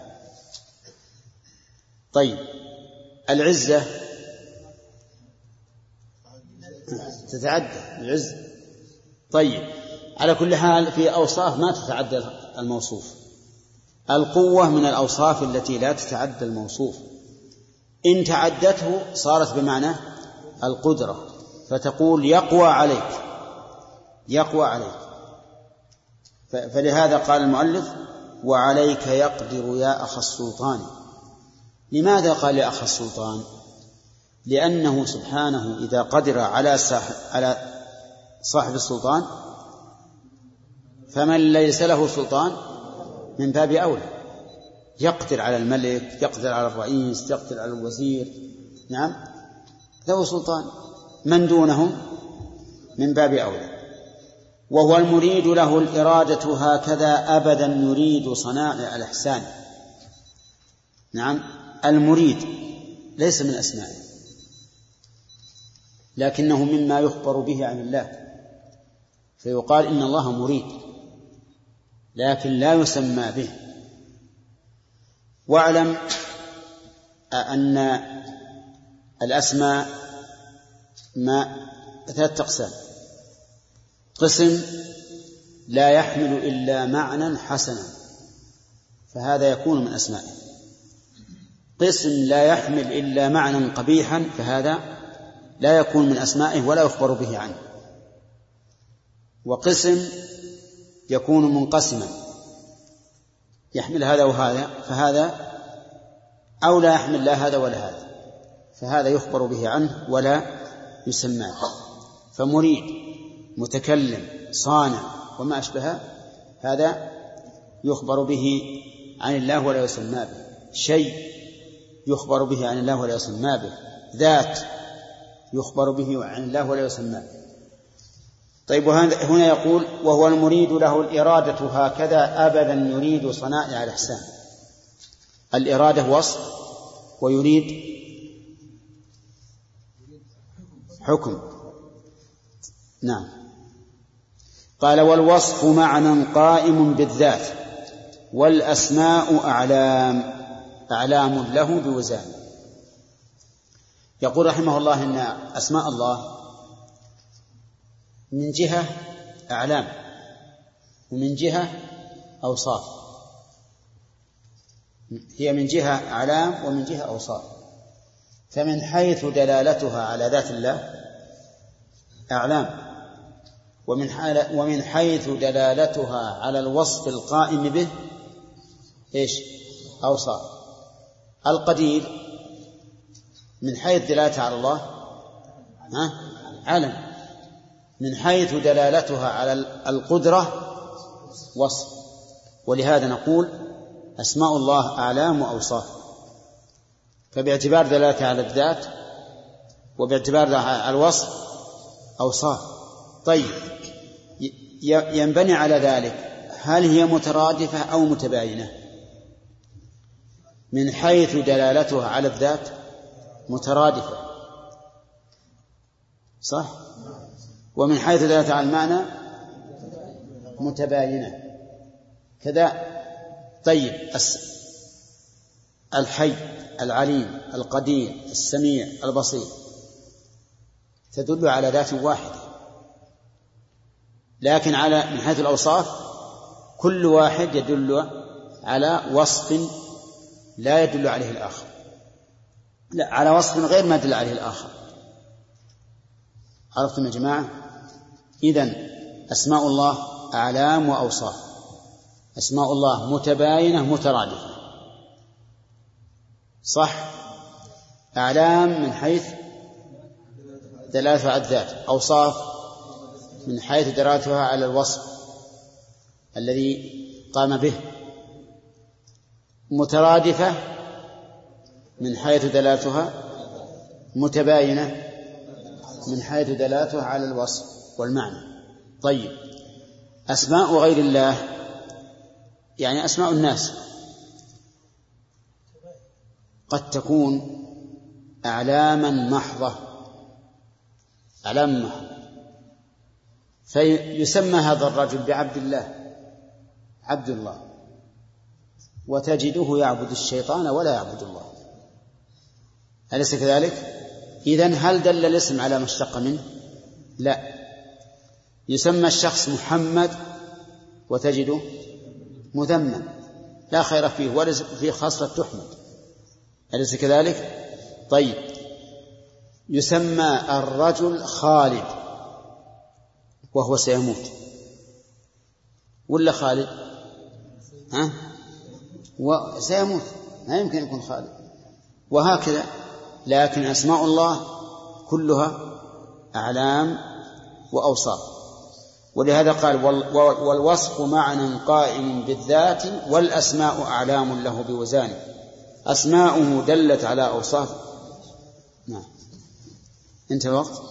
طيب العزة تتعدى العزة. طيب على كل حال في أوصاف ما تتعدى الموصوف. القوة من الأوصاف التي لا تتعدى الموصوف، إن تعدته صارت بمعنى القدرة، فتقول يقوى عليك، يقوى عليك. فلهذا قال المؤلف وعليك يقدر يا أخ السلطان. لماذا قال يا أخ السلطان؟ لأنه سبحانه إذا قدر على صاحب السلطان فمن ليس له سلطان من باب أولى. يقدر على الملك، يقدر على الرئيس، يقدر على الوزير، نعم له سلطان. من دونهم من باب أولى. وهو المريد له الإرادة هكذا أبدا يريد صنائع الإحسان. نعم المريد ليس من أسمائه، لكنه مما يخبر به عن الله، فيقال إن الله مريد لكن لا يسمى به. واعلم أن الأسماء ثلاثة أقسام. قسم لا يحمل إلا معنى حسنا فهذا يكون من أسمائه. قسم لا يحمل إلا معنى قبيحا فهذا لا يكون من أسمائه ولا يخبر به عنه. وقسم يكون منقسما يحمل هذا وهذا فهذا أو لا يحمل لا هذا ولا هذا فهذا يخبر به عنه ولا يسمى. فمريد، متكلم، صانع وما أشبه هذا يخبر به عن الله ولا يسمى به. شيء يخبر به عن الله ولا يسمى به. ذات يخبر به عن الله ولا يسمى به. طيب هنا يقول وهو المريد له الإرادة هكذا أبدا يريد صنائع الإحسان. الإرادة وصف ويريد حكم. نعم. قال والوصف معنى قائم بالذات والأسماء أعلام له بوزان. يقول رحمه الله إن أسماء الله من جهة أعلام ومن جهة أوصاف. هي من جهة أعلام ومن جهة أوصاف. فمن حيث دلالتها على ذات الله أعلام، ومن حيث دلالتها على الوصف القائم به إيش؟ أوصاف. القدير من حيث دلالتها على الله علم، من حيث دلالتها على القدرة وصف. ولهذا نقول أسماء الله أعلام وأوصاف، فباعتبار دلالتها على الذات وباعتبار على الوصف أوصاف. طيب ينبني على ذلك هل هي مترادفة أو متباينة؟ من حيث دلالتها على الذات مترادفة صح، ومن حيث دلالتها على المعنى متباينة كذا. طيب الحي، العليم، القدير، السميع، البصير تدل على ذات واحدة، لكن من حيث الأوصاف كل واحد يدل على وصف لا يدل عليه الآخر، لا على وصف غير ما يدل عليه الآخر. عرفتم يا جماعة؟ إذن أسماء الله أعلام وأوصاف. أسماء الله متباينة مترادفة صح. أعلام من حيث دلالتها على الذات، أوصاف من حيث دلالتها على الوصف الذي قام به، مترادفة من حيث دلالتها متباينة من حيث دلالتها على الوصف والمعنى. طيب، أسماء غير الله يعني أسماء الناس قد تكون أعلاما محضة، أعلام محضة، فيسمى هذا الرجل بعبد الله، عبد الله، وتجده يعبد الشيطان ولا يعبد الله. أليس كذلك؟ إذن هل دل الاسم على ما اشتق منه؟ لا. يسمى الشخص محمد وتجده مذمم لا خير فيه ولا فيه خاصة تحمد. أليس كذلك؟ طيب، يسمى الرجل خالد وهو سيموت ولا خالد؟ وسيموت، ما يمكن يكون خالد. وهكذا. لكن أسماء الله كلها أعلام وأوصاف، ولهذا قال والوصف معنى قائم بالذات والأسماء أعلام له بوزانه. أسماؤه دلت على أوصاف. نعم، انتهى الوقت.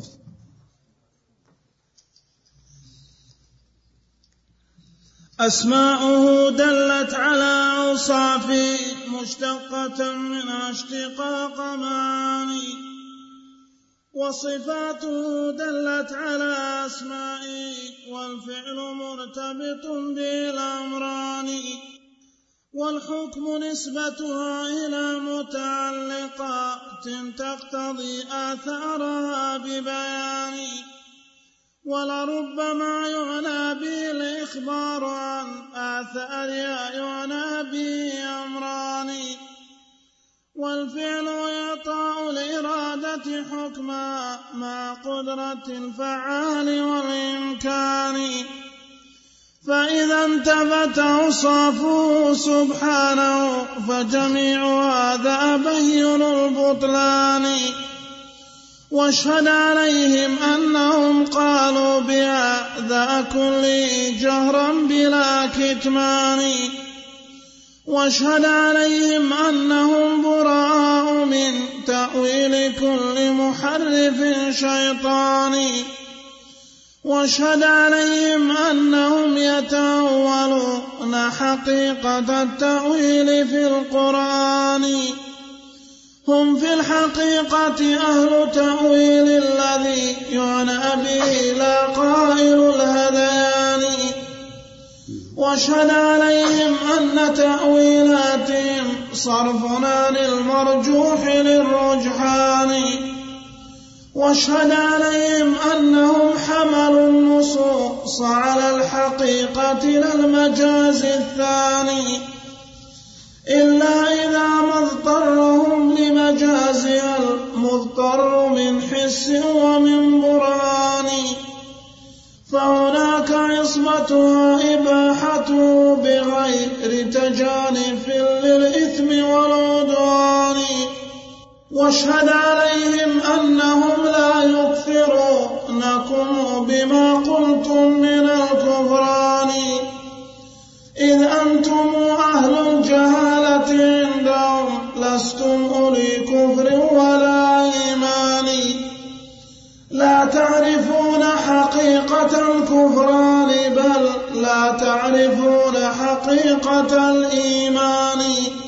أسماؤه دلت على أوصاف مشتقة منها اشتقاق معاني، وصفاته دلت على أسمائه والفعل مرتبط بالأمران، والحكم نسبتها إلى متعلقات تقتضي آثارها ببيان، ولربما يعنى به الإخبار عن آثارها يعنى به أمران، والفعل إعطاء الإرادة حكما مع قدرة الفعال والإمكان، فإذا انتفت أوصافه سبحانه فجميع هذا بين البطلان، واشهد عليهم أنهم قالوا بهذا كله جهرا بلا كتمان، واشهد عليهم أنهم براء من تأويل كل محرف شيطاني، واشهد عليهم أنهم يتأولون حقيقة التأويل في القرآن، هم في الحقيقة أهل تأويل الذي يعنى به لا قائل الهذيان، واشهد عليهم أن تأويلاتهم صرف عن المرجوح للرجحان، واشهد عليهم أنهم حملوا النصوص على الحقيقة لا المجاز الثاني، إلا إذا ما اضطرهم لمجازها المضطر من حس ومن برهان، فهناك عصمتها إباحته بغير تجانف للإثم والعدوان، واشهد عليهم أنهم لا يكفرونكم بما قلتم من الكفران، إذ أنتم أهل جهالة عندهم لستم أولي كفر ولا إيمان، لا تعرفون حقيقة الكفران بل لا تعرفون حقيقة الإيمان،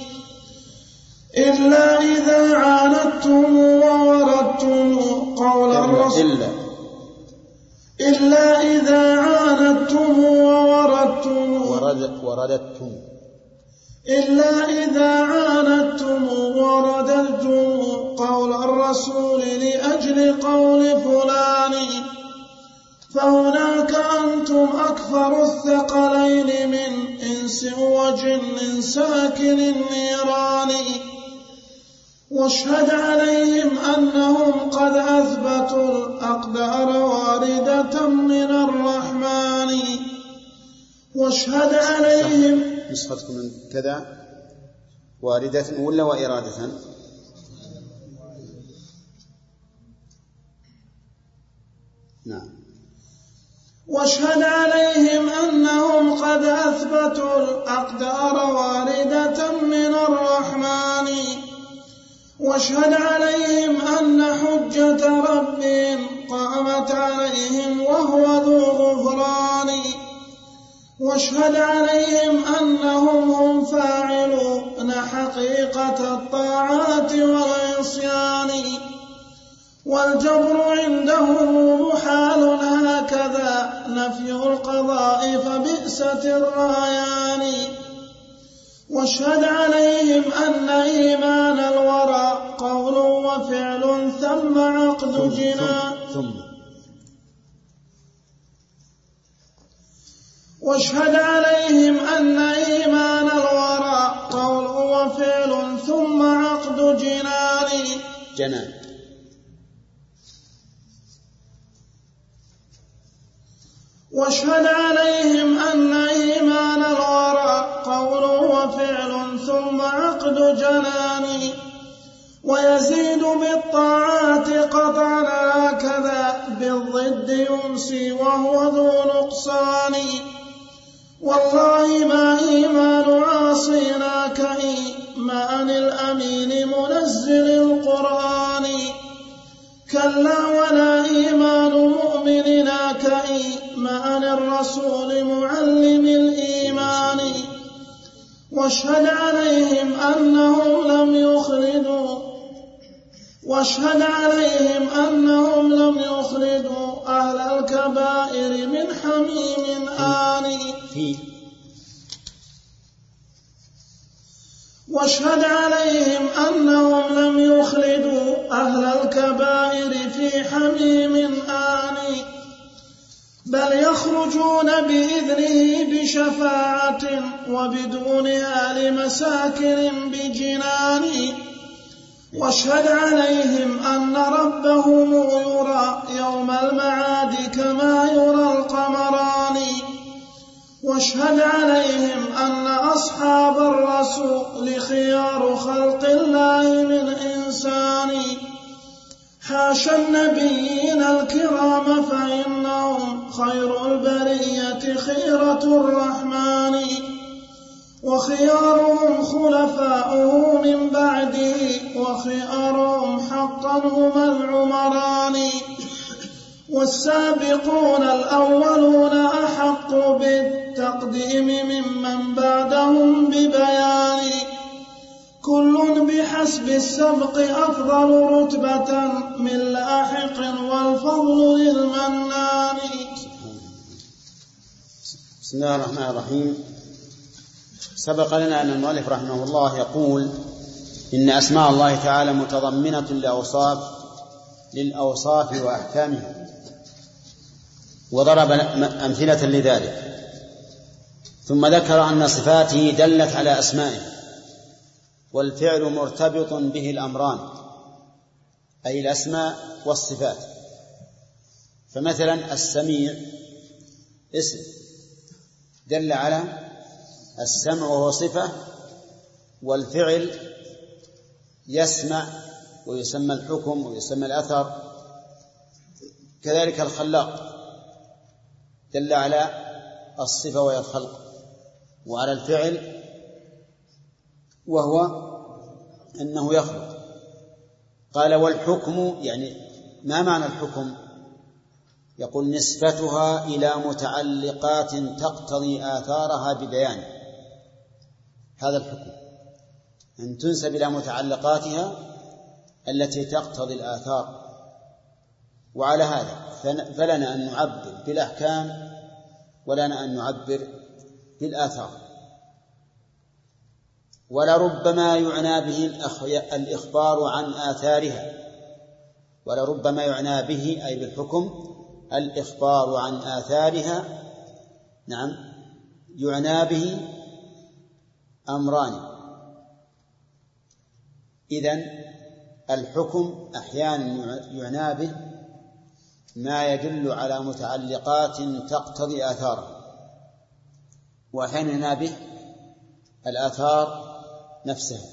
إلا إذا عاندتم ووردتم قول الرسول إلا إذا عاندتم إلا إذا عاندتم ورددتم قول الرسول لأجل قول فلان، فهناك أنتم أكثر الثقلين من إنس وجن ساكن النيران، واشهد عليهم أنهم قد أثبتوا الأقدار واردة من الرحمن، واشهد عليهم نسختكم من كذا واردة ولا وإرادة؟ نعم. واشهد عليهم أنهم قد أثبتوا الأقدار واردة من الرحمن، واشهد عليهم أن حجة ربهم قامت عليهم وهو ذو غفران واشهد عليهم أنهم هم فاعلون حقيقة الطاعات والعصيان والجبر عندهم محال هكذا نفي القضاء فبئست الرايان واشهد عليهم أن إيمان الورى قول وفعل ثم عقد جنان واشهد عليهم أن إيمان الورى قول وفعل ثم عقد جنان واشهد عليهم أن إيمان الورى قول وفعل ثم عقد جنان ويزيد بالطاعات قطعا هكذا بالضد يمسي وهو ذو نقصان والله ما إيمان عاصينا كإيمان الأمين منزل القرآن كلا ولا إيمان مؤمننا كإيمان الرسول معلم الإيمان واشهد عليهم أنهم لم يخلدوا أهل الكبائر من حميم آن واشهد عليهم أنهم لم يخلدوا أهل الكبائر في حميم آن بل يخرجون بإذنه بشفاعة وبدونها لمساكن بجنان واشهد عليهم أن ربهم يرى يوم المعاد كما يرى القمران واشهد عليهم أن أصحاب الرسول خيار خلق الله من إنسان حاشا النبيين الكرام فإنهم خير البرية خيرة الرحمن وخيارهم خلفاؤه من بعده وخيارهم حقا هم العمران والسابقون الأولون أحق بالتقديم ممن بعدهم ببيان كل بحسب السبق أفضل رتبة من لاحق والفضل للمنان. بسم الله الرحمن الرحيم. سبق لنا أن المؤلف رحمه الله يقول إن أسماء الله تعالى متضمنة للأوصاف وأحكامها، وضرب أمثلة لذلك، ثم ذكر أن صفاته دلت على أسمائه، والفعل مرتبط به الأمران أي الأسماء والصفات. فمثلا السميع اسم دل على السمع وهو صفة، والفعل يسمع ويسمى الحكم ويسمى الأثر. كذلك الخلاق دل على الصفة وهي الخلق، وعلى الفعل وهو أنه يخلق. قال والحكم، يعني ما معنى الحكم؟ يقول نسبتها إلى متعلقات تقتضي آثارها ببيانه. هذا الحكم، أن تنسب إلى متعلقاتها التي تقتضي الآثار. وعلى هذا فلنا أن نعبر بالأحكام ولنا أن نعبر بالآثار. ولربما يعنى به الإخبار عن آثارها، ولربما يعنى به أي بالحكم الإخبار عن آثارها. نعم، يعنى به أمران. إذن الحكم أحيانا يعنى به ما يدل على متعلقات تقتضي آثارها، وأحيانا يعنى به الآثار نفسها.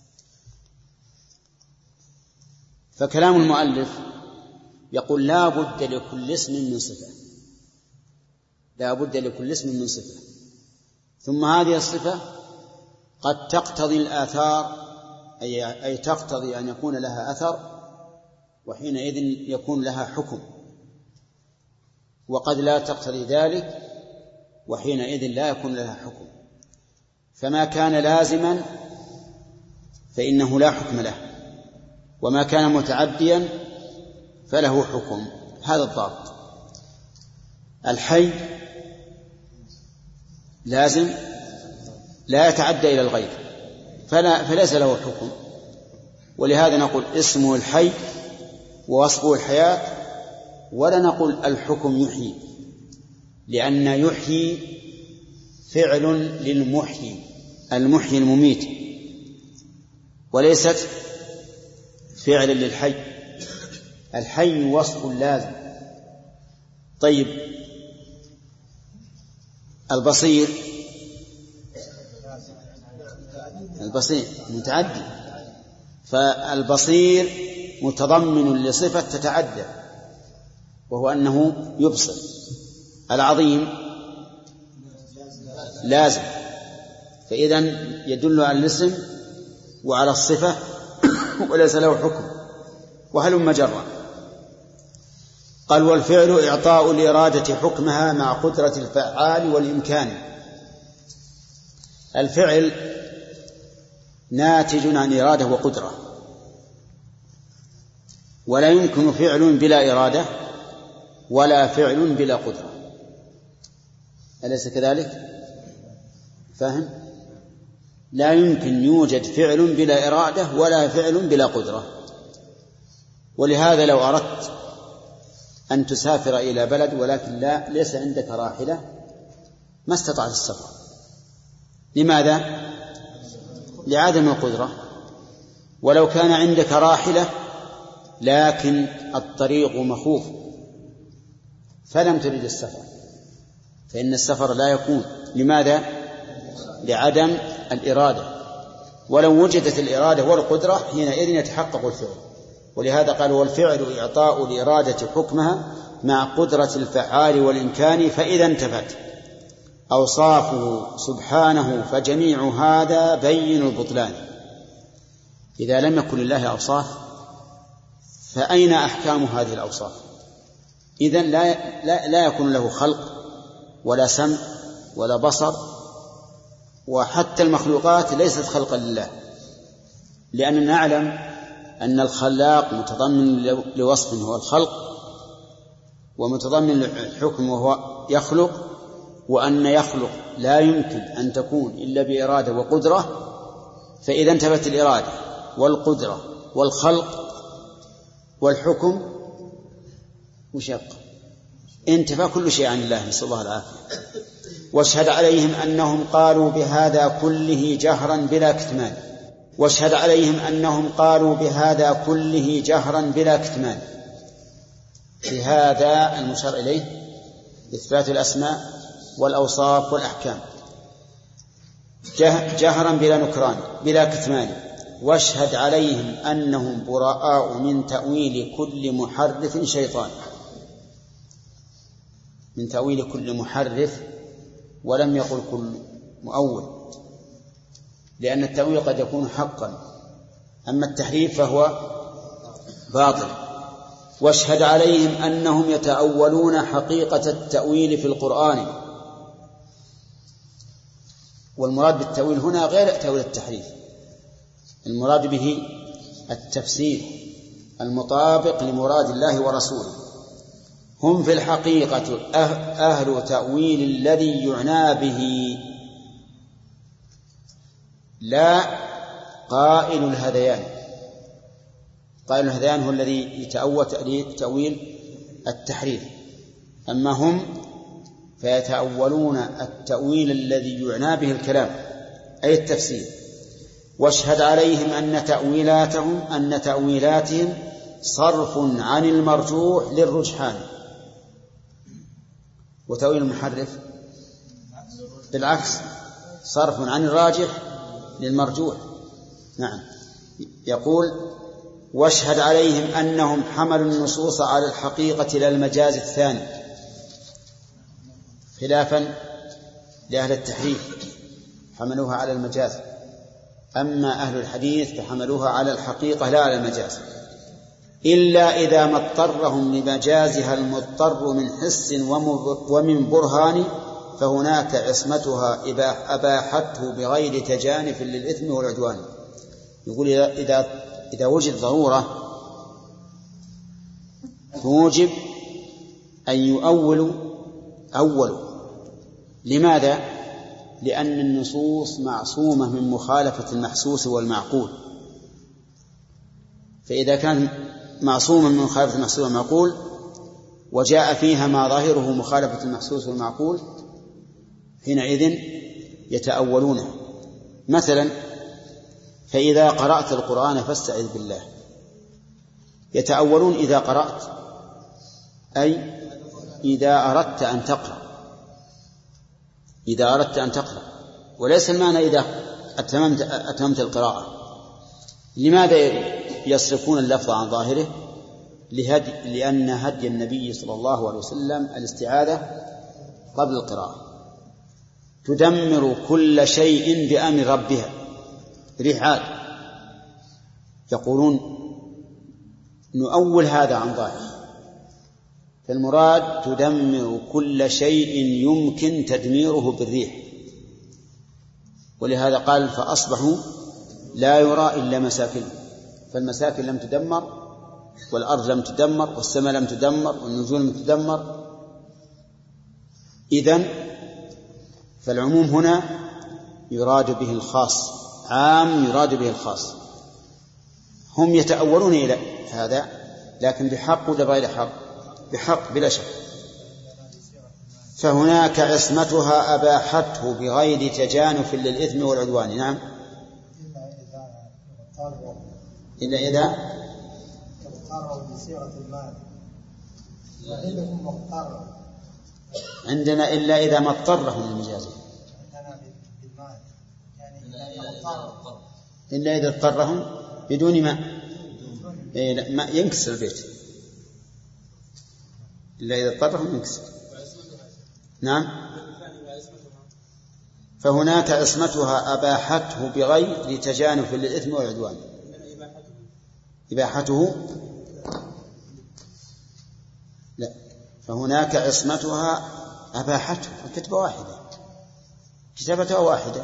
فكلام المؤلف يقول لا بد لكل اسم من صفة، لا بد لكل اسم من صفة، ثم هذه الصفة قد تقتضي الآثار أي تقتضي أن يكون لها أثر، وحينئذ يكون لها حكم، وقد لا تقتضي ذلك وحينئذ لا يكون لها حكم. فما كان لازما فإنه لا حكم له، وما كان متعديا فله حكم. هذا الضابط. الحي لازم لا يتعدى إلى الغير فليس له حكم، ولهذا نقول اسمه الحي ووصفه الحياة، ولا نقول الحكم يحيي، لأن يحيي فعل للمحيي، المحيي المميت، وليست فعل للحي. الحي وصف لازم. طيب البصير متعدي، فالبصير متضمن لصفة تتعدى وهو أنه يبصر. العظيم لازم، فإذن يدل على الاسم وعلى الصفة وليس له حكم. وهلم جرا. قال والفعل إعطاء الإرادة حكمها مع قدرة الفعال والإمكان. الفعل ناتج عن إرادة وقدرة، ولا يمكن فعل بلا إرادة ولا فعل بلا قدرة، أليس كذلك؟ فاهم؟ لا يمكن يوجد فعل بلا إرادة ولا فعل بلا قدرة. ولهذا لو أردت أن تسافر إلى بلد ولكن ليس عندك راحلة ما استطعت السفر. لماذا؟ لعدم القدرة. ولو كان عندك راحلة لكن الطريق مخوف فلم ترد السفر فإن السفر لا يكون. لماذا؟ لعدم الإرادة. ولو وجدت الإرادة والقدرة حينئذ يتحقق الفعل. ولهذا قال والفعل إعطاء الإرادة حكمها مع قدرة الفعال والإمكان، فإذا انتفت أوصافه سبحانه فجميع هذا بين البطلان. إذا لم يكن لله أوصاف فأين أحكام هذه الأوصاف؟ إذن لا يكون له خلق ولا سمع ولا بصر، وحتى المخلوقات ليست خلقا لله، لأننا نعلم أن الخلاق متضمن لوصف هو الخلق، ومتضمن لحكم وهو يخلق، وأن يخلق لا يمكن أن تكون إلا بإرادة وقدرة. فإذا انتفت الإرادة والقدرة والخلق والحكم وشق انتفى كل شيء عن الله، نسأل الله العافية. واشهد عليهم أنهم قالوا بهذا كله جهرا بلا كتمان. واشهد عليهم أنهم قالوا بهذا كله جهرا بلا كتمان. بهذا المشار إليه إثبات الأسماء والأوصاف والأحكام جهرا بلا نكران بلا كتمان. واشهد عليهم أنهم براء من تأويل كل محرف شيطان. من تأويل كل محرف، ولم يقل كل مؤول، لأن التأويل قد يكون حقا، أما التحريف فهو باطل. واشهد عليهم أنهم يتأولون حقيقة التأويل في القرآن. والمراد بالتأويل هنا غير تأويل التحريف، المراد به التفسير المطابق لمراد الله ورسوله. هم في الحقيقة أهل تأويل الذي يعنى به، لا قائل الهذيان. قائل الهذيان هو الذي يتأول تأويل التحريف، أما هم فيتأولون التأويل الذي يعنى به الكلام أي التفسير. واشهد عليهم أن تأويلاتهم صرف عن المرجوح للرجحان. وتأويل المحرف بالعكس صرف عن الراجح للمرجوح. نعم. يقول واشهد عليهم أنهم حملوا النصوص على الحقيقة لا المجاز الثاني، خلافا لأهل التحريف حملوها على المجاز. أما أهل الحديث فحملوها على الحقيقة لا على المجاز، إلا إذا ما اضطرهم لمجازها المضطر من حس ومن برهان، فهناك عصمتها أباحته بغير تجانف للإثم والعدوان. يقول إذا وجد ضرورة توجب أن يؤولوا. لماذا؟ لأن النصوص معصومة من مخالفة المحسوس والمعقول، فإذا كان معصوما من مخالفة المحسوس والمعقول وجاء فيها ما ظاهره مخالفة المحسوس والمعقول حينئذ يتأولونه. مثلا فإذا قرأت القرآن فاستعذ بالله، يتأولون إذا قرأت أي إذا أردت أن تقرأ، وليس المعنى إذا أتممت القراءة. لماذا يصرفون اللفظ عن ظاهره؟ لأن هدي النبي صلى الله عليه وسلم الاستعاذة قبل القراءة، تدمر كل شيء بأمر ربها رحال. يقولون نؤول هذا عن ظاهره، فالمراد تدمر كل شيء يمكن تدميره بالريح، ولهذا قال فأصبحوا لا يرى إلا مساكنهم، فالمساكن لم تدمر، والأرض لم تدمر، والسماء لم تدمر، والنجوم لم تدمر. إذن فالعموم هنا يراد به الخاص، عام يراد به الخاص. هم يتأولون إلى هذا، لكن بحق ولا بغير حق؟ بحق بلا شك. فهناك عصمتها أباحته بغير تجانف للإثم والعدوان. نعم، إلا إذا اضطروا بصيغة المال، وعندكم مضطر عندنا إلا إذا ما اضطرهم للمجاز، بالمال يعني إلا إذا اضطرهم بدون ما ينكسر البيت، إلا إذا اضطرهم ينكسر. نعم، فهناك عصمتها أباحته بغير تجانف للإثم والعدوان. إباحته لا، فهناك عصمتها أباحته، الكتابة واحدة، كتابتها واحدة،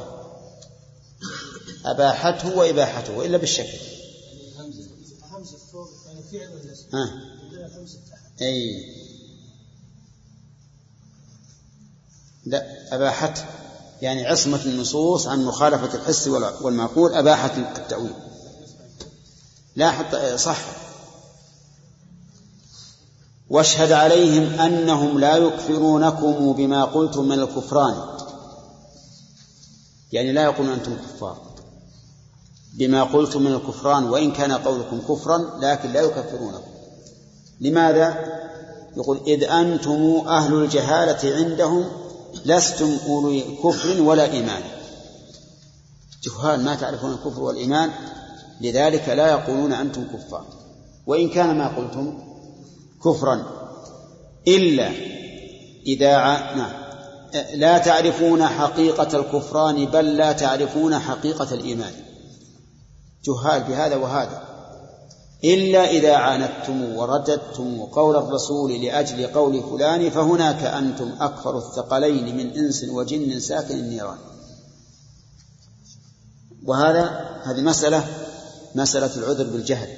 أباحته وإباحته إلا بالشكل. أي لا، أباحته يعني عصمة النصوص عن مخالفة الحس والمعقول، أباحت التأويل. لا حتى صح. واشهد عليهم أنهم لا يكفرونكم بما قلتم من الكفران، يعني لا يقولون أنتم كفار بما قلتم من الكفران، وإن كان قولكم كفرا لكن لا يكفرونكم. لماذا؟ يقول إذ أنتم أهل الجهالة عندهم لستم أولي كفر ولا إيمان، جهال ما تعرفون الكفر والإيمان، لذلك لا يقولون أنتم كفار وإن كان ما قلتم كفرا، إلا إذا لا تعرفون حقيقة الكفران بل لا تعرفون حقيقة الإيمان، جهال بهذا وهذا. إلا إذا عاندتم ورددتم قول الرسول لأجل قول فلان فهناك أنتم أكفر الثقلين من إنس وجن ساكن النيران. هذه مسألة العذر بالجهل.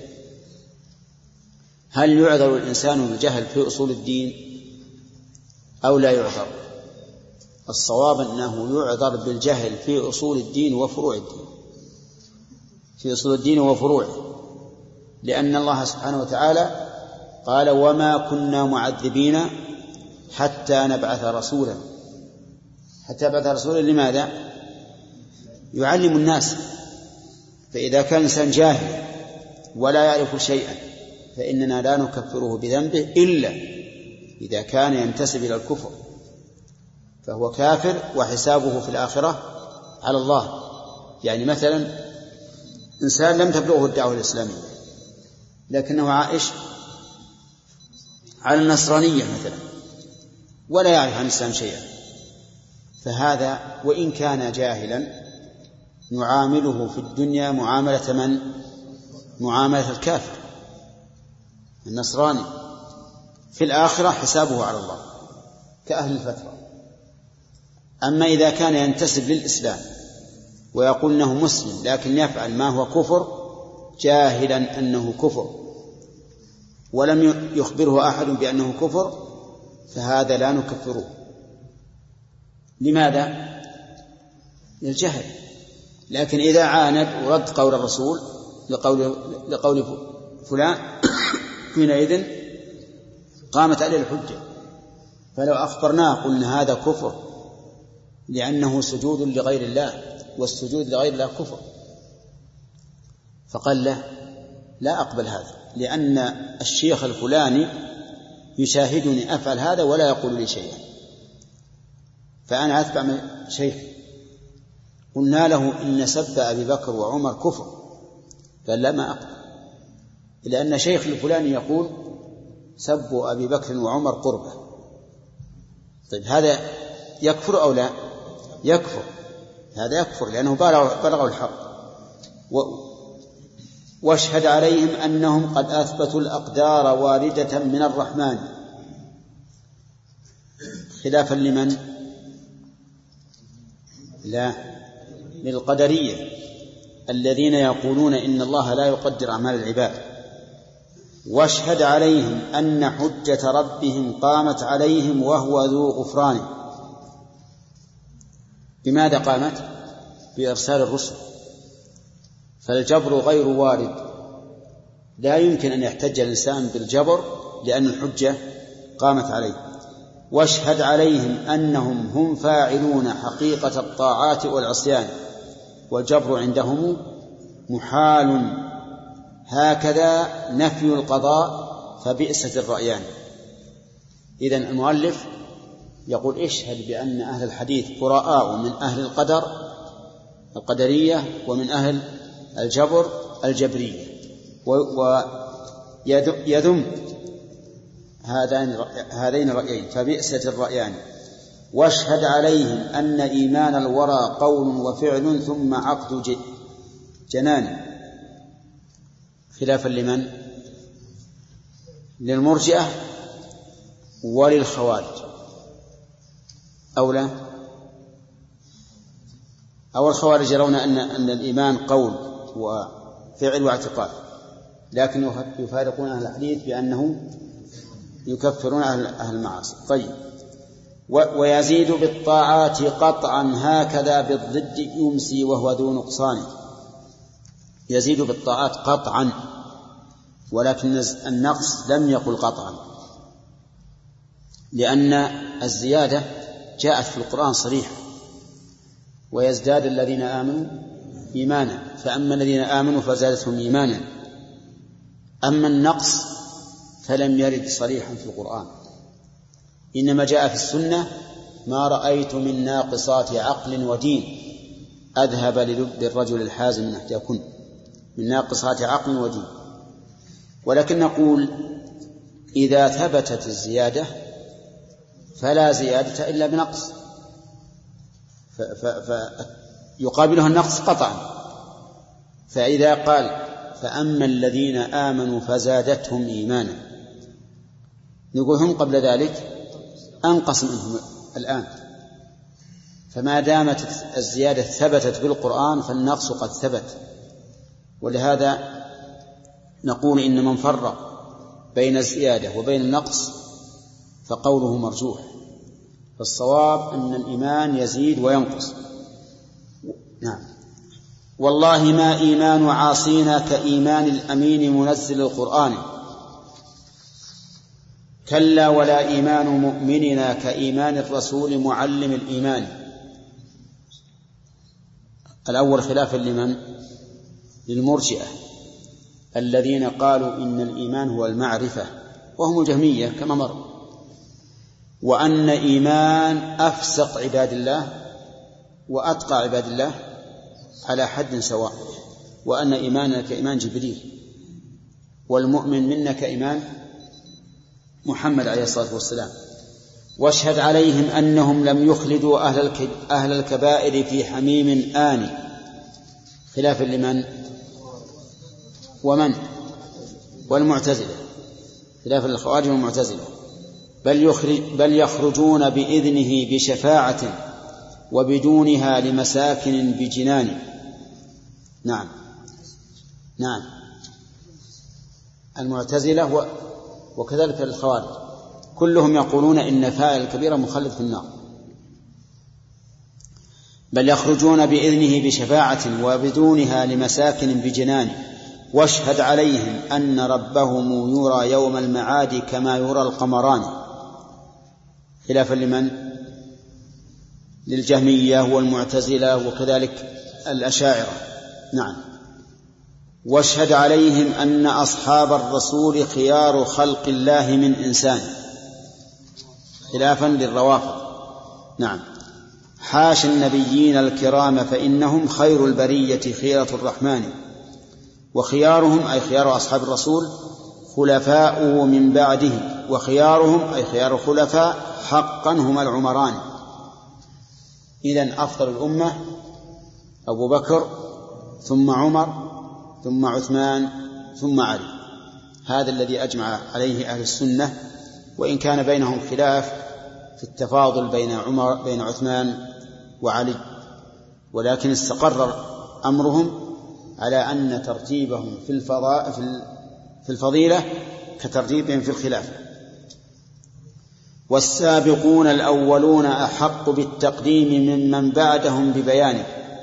هل يعذر الإنسان بالجهل في أصول الدين أو لا يعذر؟ الصواب أنه يعذر بالجهل في أصول الدين وفروع الدين، في أصول الدين وفروعه، لأن الله سبحانه وتعالى قال وما كنا معذبين حتى نبعث رسولا. حتى بعث رسولا لماذا؟ يعلم الناس. فإذا كان إنسان جاهل ولا يعرف شيئا فإننا لا نكفره بذنبه إلا إذا كان ينتسب إلى الكفر، فهو كافر وحسابه في الآخرة على الله. يعني مثلا إنسان لم تبلغه الدعوة الإسلامية لكنه عائش على النصرانية مثلا ولا يعرف عن الإسلام شيئا، فهذا وإن كان جاهلا نعامله في الدنيا معاملة من؟ معاملة الكافر النصراني، في الآخرة حسابه على الله كأهل الفترة. أما إذا كان ينتسب للإسلام ويقول أنه مسلم لكن يفعل ما هو كفر جاهلا أنه كفر ولم يخبره أحد بأنه كفر، فهذا لا نكفره. لماذا؟ للجهل. لكن إذا عاند ورد قول الرسول لقول فلان حينئذ قامت عليه الحجة. فلو أخبرناه قلنا هذا كفر لأنه سجود لغير الله، والسجود لغير الله كفر، فقال لا أقبل هذا، لأن الشيخ الفلاني يشاهدني أفعل هذا ولا يقول لي شيئا، فأنا أتبع من شيخ. قلنا له إن سب أبي بكر وعمر كفر، قال لا ما أقبل، لأن شيخ الفلاني يقول سب أبي بكر وعمر قربة. طيب هذا يكفر أو لا؟ يكفر، هذا يكفر لأنه بلغوا الحق. واشهد عليهم أنهم قد أثبتوا الأقدار واردة من الرحمن، خلافا لمن؟ لا، للقدرية الذين يقولون إن الله لا يقدر أعمال العباد. واشهد عليهم أن حجة ربهم قامت عليهم وهو ذو غفران. بماذا قامت؟ بإرسال الرسل، فالجبر غير وارد، لا يمكن أن يحتج الإنسان بالجبر لأن الحجة قامت عليه. واشهد عليهم أنهم هم فاعلون حقيقة الطاعات والعصيان، والجبر عندهم محال، هكذا نفي القضاء فبئست الرأيان. إذن المؤلف يقول اشهد بأن أهل الحديث براء من أهل القدر القدرية ومن أهل الجبر الجبرية، ويذم هذين الرأيين فبئست الرأيان. واشهد عليهم أن إيمان الورى قول وفعل ثم عقد جنان، خلافا لمن؟ للمرجئة وللخوارج، أو لا؟ أو الخوارج يرون أن الإيمان قول وفعل واعتقاد، لكن يفارقون أهل الحديث بأنه يكفرون أهل المعاصي. طيب، ويزيد بالطاعات قطعا هكذا بالضد يمسي وهو ذو نقصان. يزيد بالطاعات قطعا، ولكن النقص لم يقل قطعا، لأن الزيادة جاءت في القرآن صريحة: ويزداد الذين آمنوا إيمانا، فأما الذين آمنوا فزادتهم إيمانا. أما النقص فلم يرد صريحا في القرآن، إنما جاء في السنة: ما رأيت من ناقصات عقل ودين أذهب للب الرجل الحازم من أحداكن، من ناقصات عقل ودين. ولكن نقول إذا ثبتت الزيادة فلا زيادة إلا بنقص، فيقابلها النقص قطعا. فإذا قال: فأما الذين آمنوا فزادتهم إيمانا، نقول هم قبل ذلك أنقص منهم الآن، فما دامت الزيادة ثبتت بالقرآن فالنقص قد ثبت. ولهذا نقول إن من فرق بين الزيادة وبين النقص فقوله مرجوح، فالصواب أن الإيمان يزيد وينقص. نعم. والله ما إيمان عاصينا كإيمان الأمين منزل القرآن، كلا ولا إيمان مؤمننا كإيمان الرسول معلم الإيمان. الأول خلافا لمن؟ للمرجئة الذين قالوا إن الإيمان هو المعرفة، وهم الجهمية كما مر، وأن إيمان أفسق عباد الله وأتقى عباد الله على حد سواء، وأن إيماننا كإيمان جبريل، والمؤمن منا كإيمان محمد عليه الصلاة والسلام. واشهد عليهم أنهم لم يخلدوا أهل الكبائر في حميم آني، خلافا لمن ومن والمعتزلة، خلافا للخوارج والمعتزلة. بل يخرجون بإذنه بشفاعة وبدونها لمساكن بجنان. نعم المعتزلة وكذلك الخوارج كلهم يقولون إن فاعل الكبيرة مخلد في النار. بل يخرجون بإذنه بشفاعة وبدونها لمساكن بجنان، واشهد عليهم أن ربهم يرى يوم المعاد كما يرى القمران، خلافا لمن للجهمية والمعتزلة وكذلك الأشاعرة. نعم. واشهد عليهم أن أصحاب الرسول خيار خلق الله من إنسان، خلافا للروافض. نعم. حاش النبيين الكرام فإنهم خير البرية خيرة الرحمن، وخيارهم أي خيار أصحاب الرسول خلفاؤه من بعده، وخيارهم أي خيار الخلفاء حقا هما العمران. إذن أفضل الأمة أبو بكر ثم عمر ثم عثمان ثم علي، هذا الذي أجمع عليه أهل السنة، وإن كان بينهم خلاف في التفاضل بين عثمان وعلي، ولكن استقر أمرهم على أن ترتيبهم في الفضيلة كترتيبهم في الخلافة. والسابقون الأولون أحق بالتقديم ممن بعدهم ببيانه،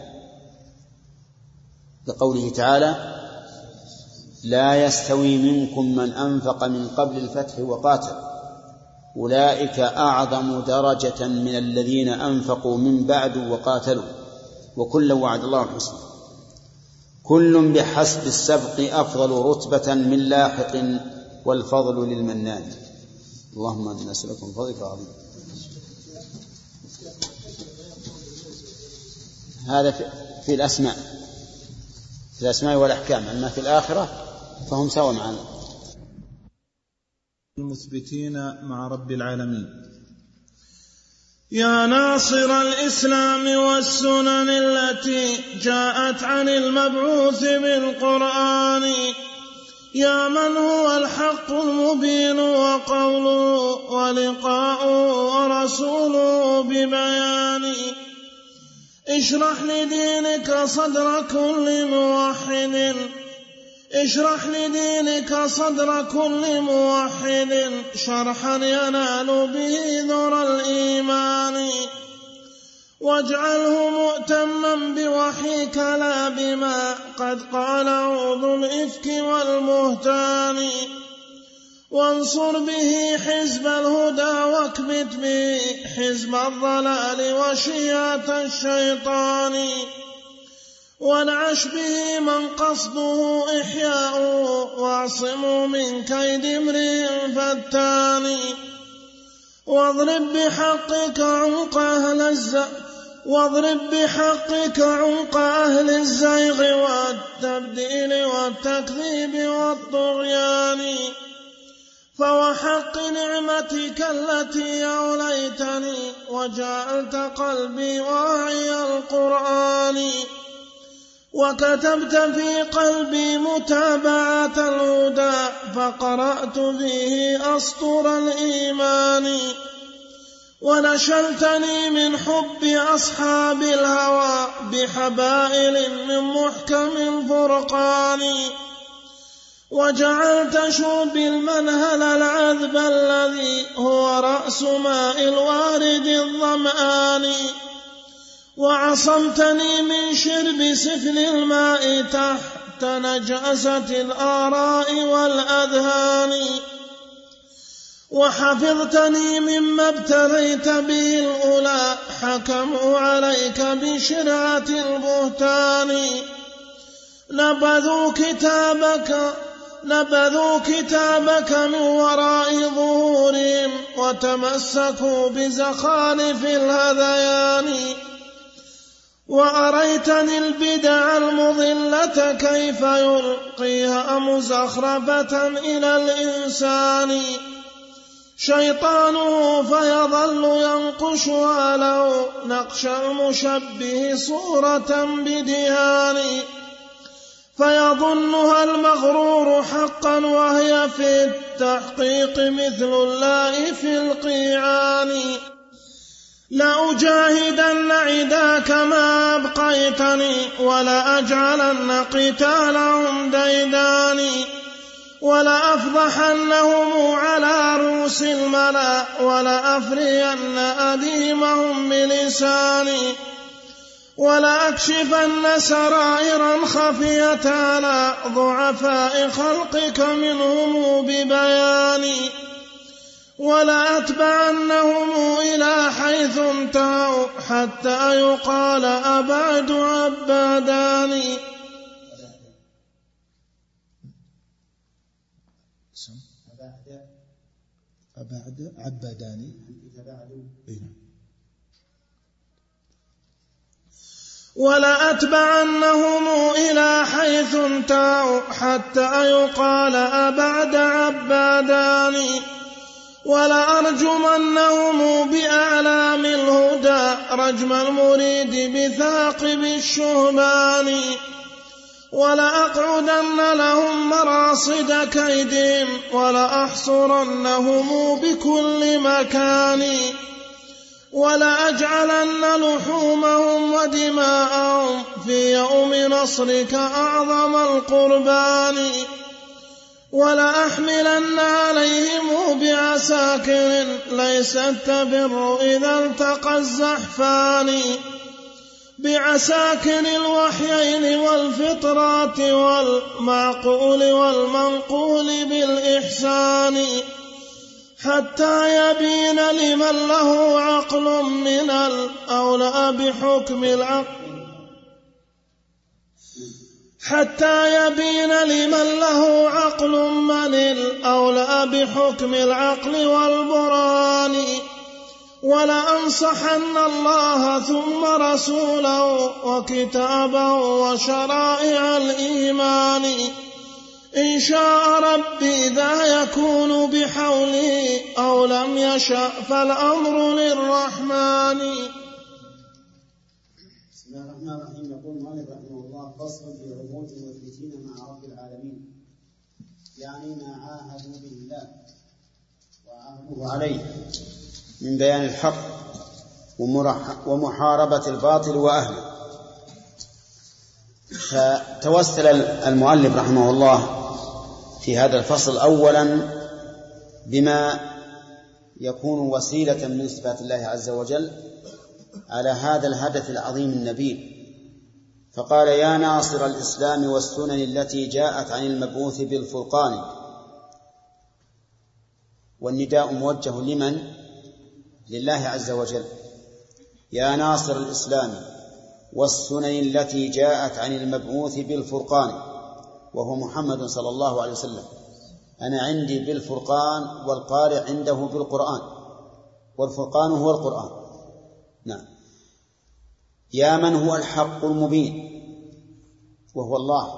لقوله تعالى: لا يستوي منكم من أنفق من قبل الفتح وقاتل أولئك أعظم درجة من الذين أنفقوا من بعد وقاتلوا وكلا وعد الله الحسنى. كل بحسب السبق أفضل رتبة من لاحق والفضل للمنان. اللهم إنا نسألك من فضلك العظيم. هذا في الأسماء والأحكام، أما في الآخرة فهم سوا معنا. المثبتين مع رب العالمين. يا ناصر الإسلام والسنن التي جاءت عن المبعوث بالقرآن، يا من هو الحق المبين وقوله ولقاؤه ورسوله ببيان، اشرح لدينك صدر كل موحد، اشرح لدينك صدر كل موحد شرحا ينال به ذرى الإيمان، واجعله مؤتما بوحيك لا بما قد قاله ذو الإفك والبهتان، وانصر به حزب الهدى واكبت به حزب الضلال وشيعة الشيطان، وانعش به من قصده إحياؤه واعصمه من كيد امرئ فتان، واضرب بحقك عنق أهل الزيغ والتبديل والتكذيب والطغيان، فوحق نعمتك التي أوليتني وجعلت قلبي واعي القرآن، وكتبت في قلبي متابعة الهدى فقرأت به أسطر الإيمان، ونشلتني من حب أصحاب الهوى بحبائل من محكم الفرقان، وجعلت شربي المنهل العذب الذي هو رأس ماء الوارد الظمآن، وعصمتني من شرب سفل الماء تحت نجاسة الآراء والأذهان، وحفظتني مما ابتليت به الأولى حكموا عليك بشرعة البهتان، نبذوا كتابك من وراء ظهورهم وتمسكوا بزخارف الهذيان، وأريتني البدع المضلة كيف يلقيها مزخرفة إلى الإنسان، شيطانه فيظل ينقشها له نقش المشبه صورة بدهان فيظنها المغرور حقا وهي في التحقيق مثل الله في القيعان لأجاهدن عداك ما أبقيتني ولأجعلن قتالهم ديداني ولأفضحنهم على رؤوس الملأ ولأفرين أديمهم بلساني ولأكشفن سرائرا خفية على ضعفاء خلقك منهم ببياني ولأتبعنهم إلى حيث انتهوا حتى يقال أبعد عباداني أبعد عباداني ولأتبعنهم إلى حيث انتهوا حتى يقال أبعد عباداني ولأرجمنهم بأعلام الهدى رجم المريد بثاقب الشهبان ولأقعدن لهم مراصد كيدهم ولأحصرنهم بكل مكان ولأجعلن لحومهم ودماءهم في يوم نصرك أعظم القربان ولأحملن عليهم بعساكر ليست تبر إذا التقى الزحفان بعساكر الوحيين والفطرات والمعقول والمنقول بالإحسان حتى يبين لمن له عقل من الأولى بحكم العقل حتى يبين لمن له عقل من الأولى بحكم العقل والبرهان ولأنصحن الله ثم رسوله وكتابه وشرائع الإيمان إن شاء ربي ذا يكون بحوله أو لم يشأ فالأمر للرحمن. بسم الله الرحمن الرحيم. يقول المؤلف رحمه الله فصل في عهود المثبتين مع رب العالمين، يعني ما عاهدوا به الله وعاهدوه عليه من بيان الحق ومحاربة الباطل وأهله. فتوسل المؤلف رحمه الله في هذا الفصل أولا بما يكون وسيلة من صفات الله عز وجل على هذا الهدف العظيم النبيل، فقال يا ناصر الإسلام والسنن التي جاءت عن المبعوث بالفرقان. والنداء موجه لمن؟ لله عز وجل. يا ناصر الإسلام والسنن التي جاءت عن المبعوث بالفرقان، وهو محمد صلى الله عليه وسلم. أنا عندي بالفرقان والقارئ عنده بالقرآن، والفرقان هو القرآن. نعم. يا من هو الحق المبين وهو الله.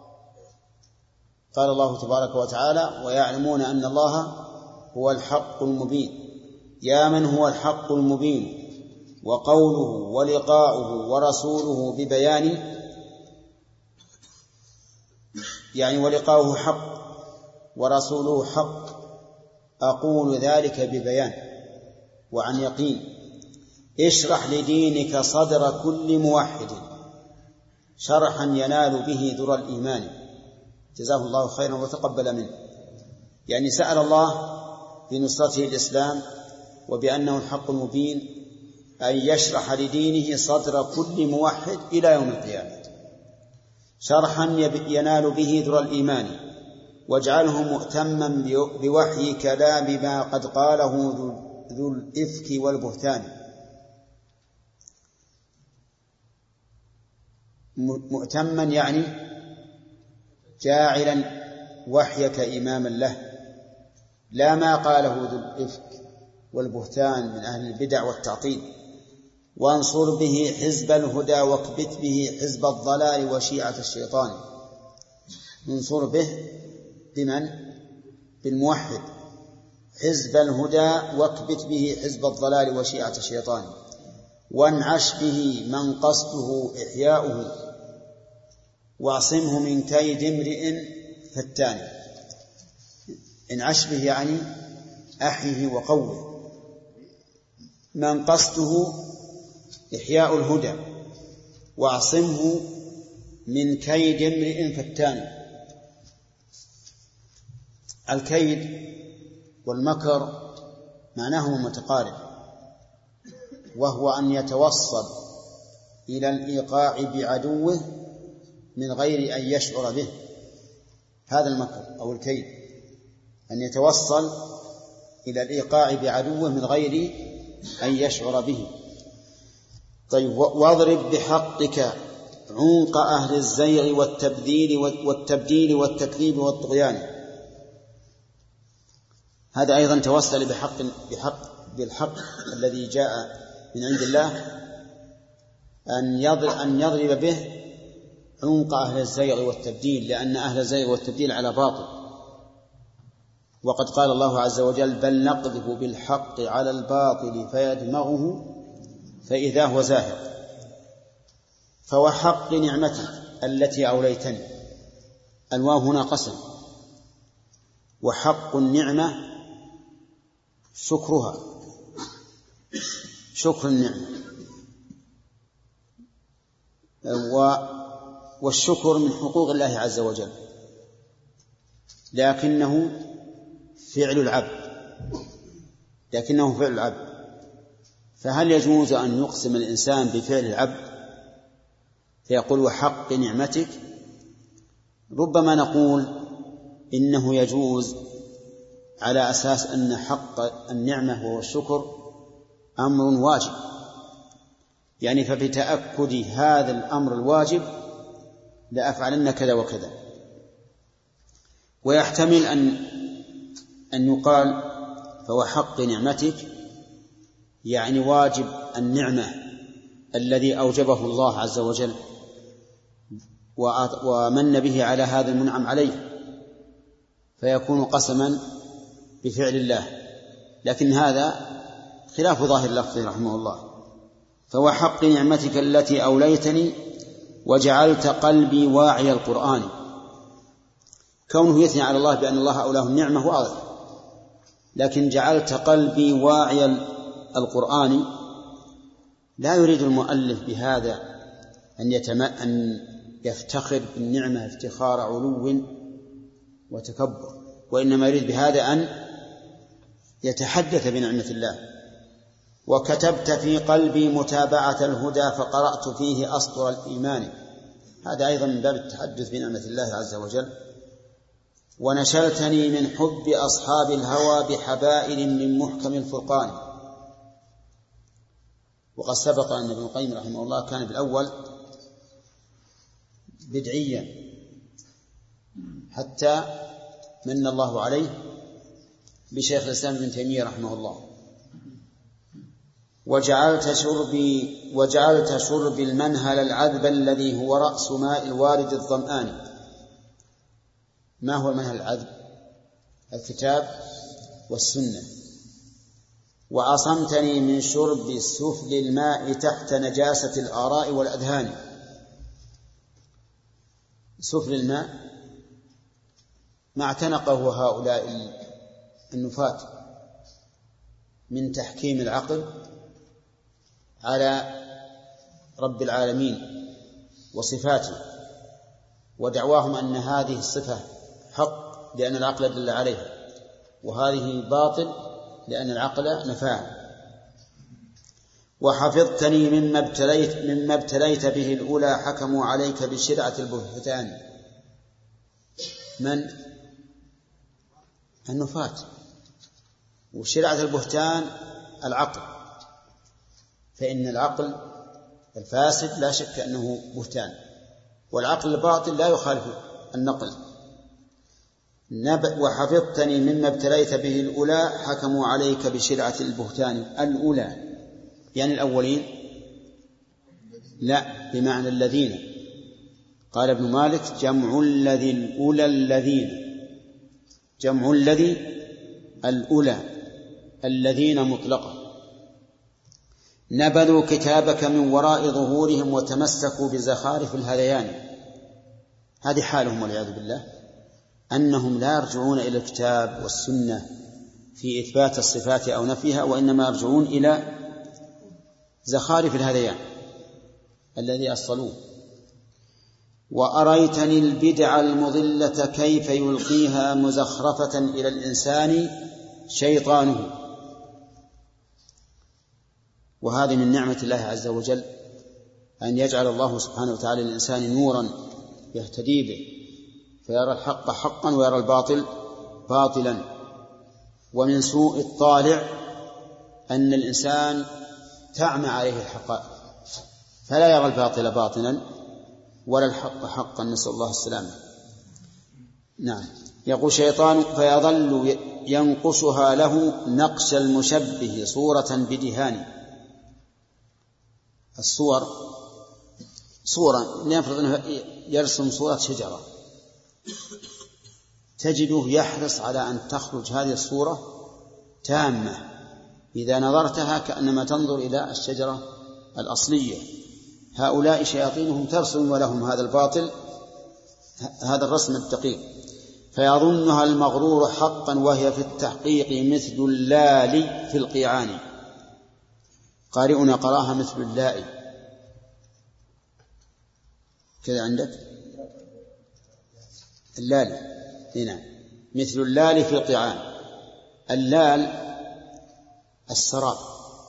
قال الله تبارك وتعالى ويعلمون أن الله هو الحق المبين. يا من هو الحق المبين، وقوله ولقاؤه ورسوله ببيان، يعني ولقاؤه حق ورسوله حق. أقول ذلك ببيان وعن يقين. اشرح لدينك صدر كل موحد شرحا ينال به ذر الإيمان. جزاه الله خيرا وتقبل منه. يعني سأل الله بنصرته الإسلام وبأنه الحق المبين أن يشرح لدينه صدر كل موحد إلى يوم القيامة شرحا ينال به ذر الإيمان، واجعله مؤتما بوحي كلام ما قد قاله ذو الإفك والبهتان. مؤتما يعني جاعلا وحيك إماما له، لا ما قاله ذو الإفك والبهتان من أهل البدع والتعطيل. وانصر به حزب الهدى واكبت به حزب الضلال وشيعة الشيطان. انصر به بمن؟ بالموحد. حزب الهدى واكبت به حزب الضلال وشيعة الشيطان وانعش به من قصده إحياؤه واعصمه من كيد امرئ فتان. انعش به يعني أحيه وقوه، من قصده إحياء الهدى واعصمه من كيد امرئ فتان. الكيد والمكر معناهما متقارب، وهو أن يتوصل إلى الإيقاع بعدوه من غير أن يشعر به. هذا المكر أو الكيد، أن يتوصل إلى الإيقاع بعدوه من غير أن يشعر به. طيب، واضرب بحقك عنق أهل الزيغ والتبديل والتكذيب والطغيان. هذا أيضا توسل بالحق الذي جاء من عند الله، أن يضرب به عنق أهل الزيغ والتبديل، لأن أهل الزيغ والتبديل على باطل. وقد قال الله عز وجل: بل نقذف بالحق على الباطل فيدمغه فإذا هو زاهق. فوحق نعمتك التي أوليتني، الواو هنا قسم، وحق النعمة شكرها، شكر النعمة، والشكر من حقوق الله عز وجل، لكنه فعل العبد. فهل يجوز أن يقسم الإنسان بفعل العبد فيقول وحق نعمتك؟ ربما نقول إنه يجوز على أساس أن حق النعمة وهو الشكر أمر واجب، يعني فبتأكد هذا الأمر الواجب لأفعلن كذا وكذا. ويحتمل أن يقال فوحق نعمتك يعني واجب النعمة الذي أوجبه الله عز وجل ومن به على هذا المنعم عليه، فيكون قسما بفعل الله، لكن هذا خلاف ظاهر اللفظ رحمه الله. فوحق نعمتك التي أوليتني وجعلت قلبي واعي القرآن. كونه يثني على الله بأن الله أولاه النعمة واضح، لكن جعلت قلبي واعي القرآن لا يريد المؤلف بهذا أن يفتخر بالنعمة افتخار علو وتكبر، وإنما يريد بهذا أن يتحدث بنعمة الله. وكتبت في قلبي متابعة الهدى فقرأت فيه أسطر الإيمان، هذا أيضا من باب التحدث بنعمة الله عز وجل. ونشلتني من حب أصحاب الهوى بحبائل من محكم الفرقان. وقد سبق أن ابن القيم رحمه الله كان بالأول بدعيا حتى من الله عليه بشيخ الإسلام ابن تيمية رحمه الله. وجعلت شربي المنهل العذب الذي هو رأس ماء الوارد الظمآن. ما هو المنهل العذب؟ الكتاب والسنة. وعصمتني من شرب سفل الماء تحت نجاسة الآراء والأذهان. سفل الماء ما اعتنقه هؤلاء النفاة من تحكيم العقل على رب العالمين وصفاته، ودعواهم أن هذه الصفة حق لأن العقل دل عليها، وهذه باطل لأن العقل نفاها. وحفظتني مما ابتليت به الأولى حكموا عليك بشرعة البهتان. من؟ النفاة. وشرعة البهتان العقل، فإن العقل الفاسد لا شك أنه بهتان، والعقل الباطل لا يخالف النقل. وحفظتني مما ابتليت به الأولى حكموا عليك بشرعة البهتان. الأولى يعني الأولين؟ لا، بمعنى الذين. قال ابن مالك جمع الذي الأولى الذين، جمع الذي الأولى الذين مطلقة نبذوا كتابك من وراء ظهورهم وتمسكوا بزخارف الهذيان. هذه حالهم والعياذ بالله، أنهم لا يرجعون إلى الكتاب والسنة في إثبات الصفات أو نفيها، وإنما يرجعون إلى زخارف الهذيان الذي أصلوه. وأريتني البدع المضلة كيف يلقيها مزخرفة إلى الإنسان شيطانه. وهذه من نعمة الله عز وجل أن يجعل الله سبحانه وتعالى للإنسان نورا يهتدي به فيرى الحق حقا ويرى الباطل باطلا. ومن سوء الطالع أن الإنسان تعمى عليه الحقائق فلا يرى الباطل باطلا ولا الحق حقا، نسأل الله السلامة. نعم. يقول شيطان فيظل ينقشها له نقش المشبه صورة بدهان. الصور صورة، نفرض أنه يرسم صورة شجرة، تجده يحرص على أن تخرج هذه الصورة تامة، إذا نظرتها كأنما تنظر إلى الشجرة الأصلية. هؤلاء شياطينهم ترسم ولهم هذا الباطل، هذا الرسم الدقيق. فيظنها المغرور حقا وهي في التحقيق مثل اللال في القيعان. قارئنا قراها مثل اللائي كذا عندك اللال هنا، مثل اللال في القيعان. اللال السراب،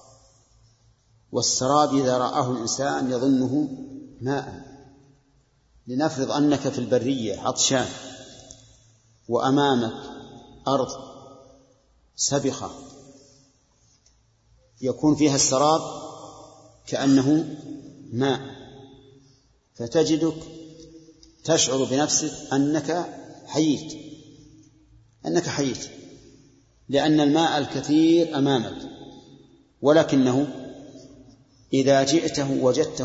والسراب إذا رآه الإنسان يظنه ماء. لنفرض أنك في البرية عطشان وأمامك أرض سبخة يكون فيها السراب كأنه ماء، فتجدك تشعر بنفسك أنك حييت لأن الماء الكثير أمامك، ولكنه إذا جئته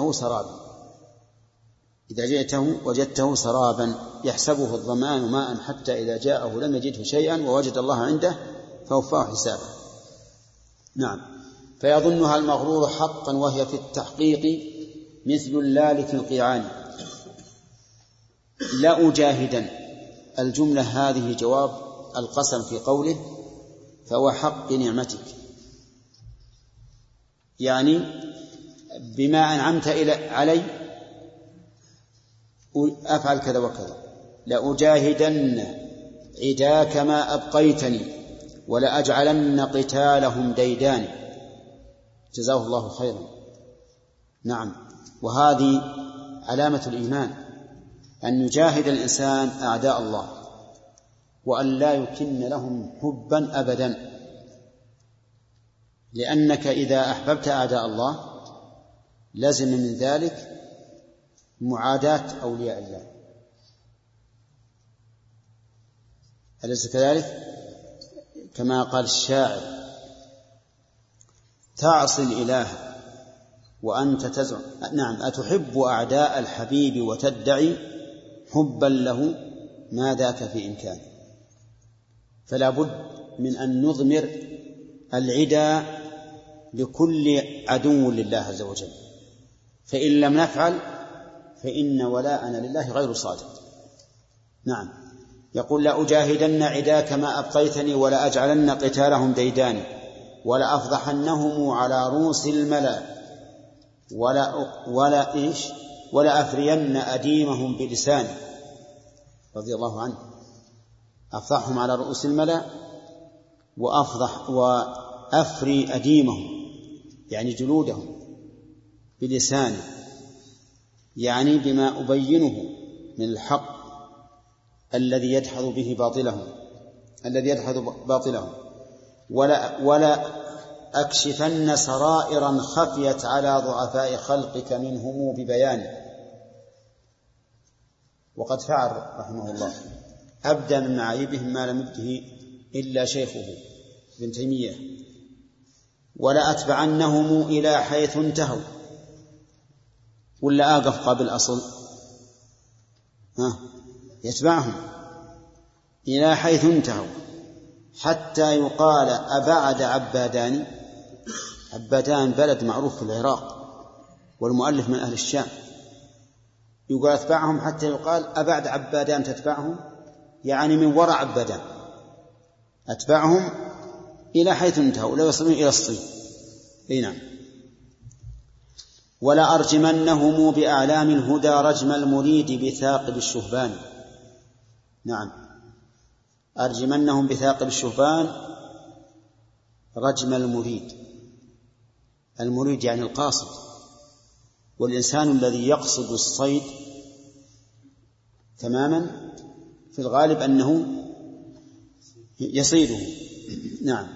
وجدته سرابا يحسبه الظمآن ماء حتى إذا جاءه لم يجده شيئا ووجد الله عنده فوفاه حسابه. نعم. فيظنها المغرور حقا وهي في التحقيق مثل اللال في القيعان. لأجاهدن، الجملة هذه جواب القسم في قوله فوحق نعمتك، يعني بما أنعمت علي أفعل كذا وكذا. لأجاهدن عداك ما أبقيتني ولأجعلن قتالهم ديدان. جزاه الله خيرا. نعم. وهذه علامة الإيمان، أن يجاهد الإنسان أعداء الله وأن لا يكن لهم حبا أبدا، لأنك إذا أحببت أعداء الله لازم من ذلك معاداة أولياء الله، أليس كذلك؟ كما قال الشاعر تعصي الإله وأنت تزعم. نعم. أتحب أعداء الحبيب وتدعي حبا له ما ذاك في إمكانه. فلا بد من أن نضمر العدا لكل عدو لله عز وجل، فإن لم نفعل فإن ولاءنا لله غير صادق. نعم. يقول لأجاهدن عداك ما أبقيتني ولأجعلن قتالهم ديدان ولأفضحنهم على رؤوس الملأ ولا أفرين أديمهم بلساني. رضي الله عنه. أفضحهم على رؤوس الملأ وأفري أديمهم يعني جلودهم بلساني، يعني بما أبينه من الحق الذي يدحض به باطلهم ولا أكشفن سرائرا خفيت على ضعفاء خلقك منهم ببيانه. وقد فعل رحمه الله أبدى من معايبهم ما لم يبده إلا شيخه ابن تيمية. ولا أتبعنهم إلى حيث انتهوا، ولا أقف قبل أصل يتبعهم إلى حيث انتهوا حتى يقال أبعد عبادان. عبادان بلد معروف في العراق، والمؤلف من أهل الشام، يقول أتبعهم حتى يقال أبعد عبادان تتبعهم، يعني من وراء عبادان، أتبعهم إلى حيث انتهوا، لا يصلون إلى الصين. أي نعم. ولا أرجمنهم بأعلام الهدى رجم المريد بثاقب الشهبان. نعم، أرجمنهم بثاقب الشهبان رجم المريد. المريد يعني القاصد، والإنسان الذي يقصد الصيد تماما في الغالب أنه يصيده. نعم.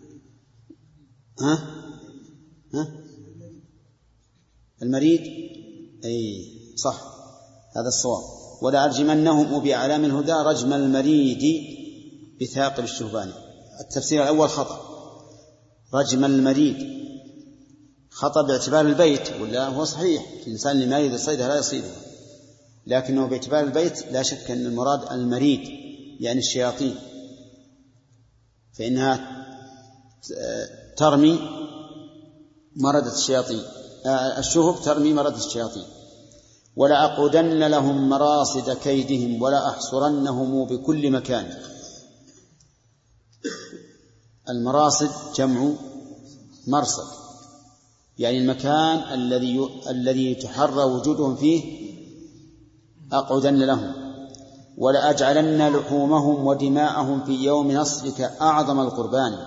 المريد، أي صح، هذا الصواب. ولا أرجمنهم بأعلام الهدى رجم المريد بثاقب الشهبان. التفسير الأول خطأ، رجم المريد خطأ باعتبار البيت، ولا هو صحيح الإنسان اللي ما يريد الصيد لا يصيده، لكنه باعتبار البيت لا شك أن المراد المريد يعني الشياطين، فإنها ترمي مردة الشياطين، الشهب ترمي مردة الشياطين. ولا أقعدن لهم مراصد كيدهم ولا أحصرنهم بكل مكان. المراصد جمع مرصد، يعني المكان الذي يتحرى وجودهم فيه أقعدن لهم. ولا أجعلن لحومهم ودماءهم في يوم نصرك أعظم القربان.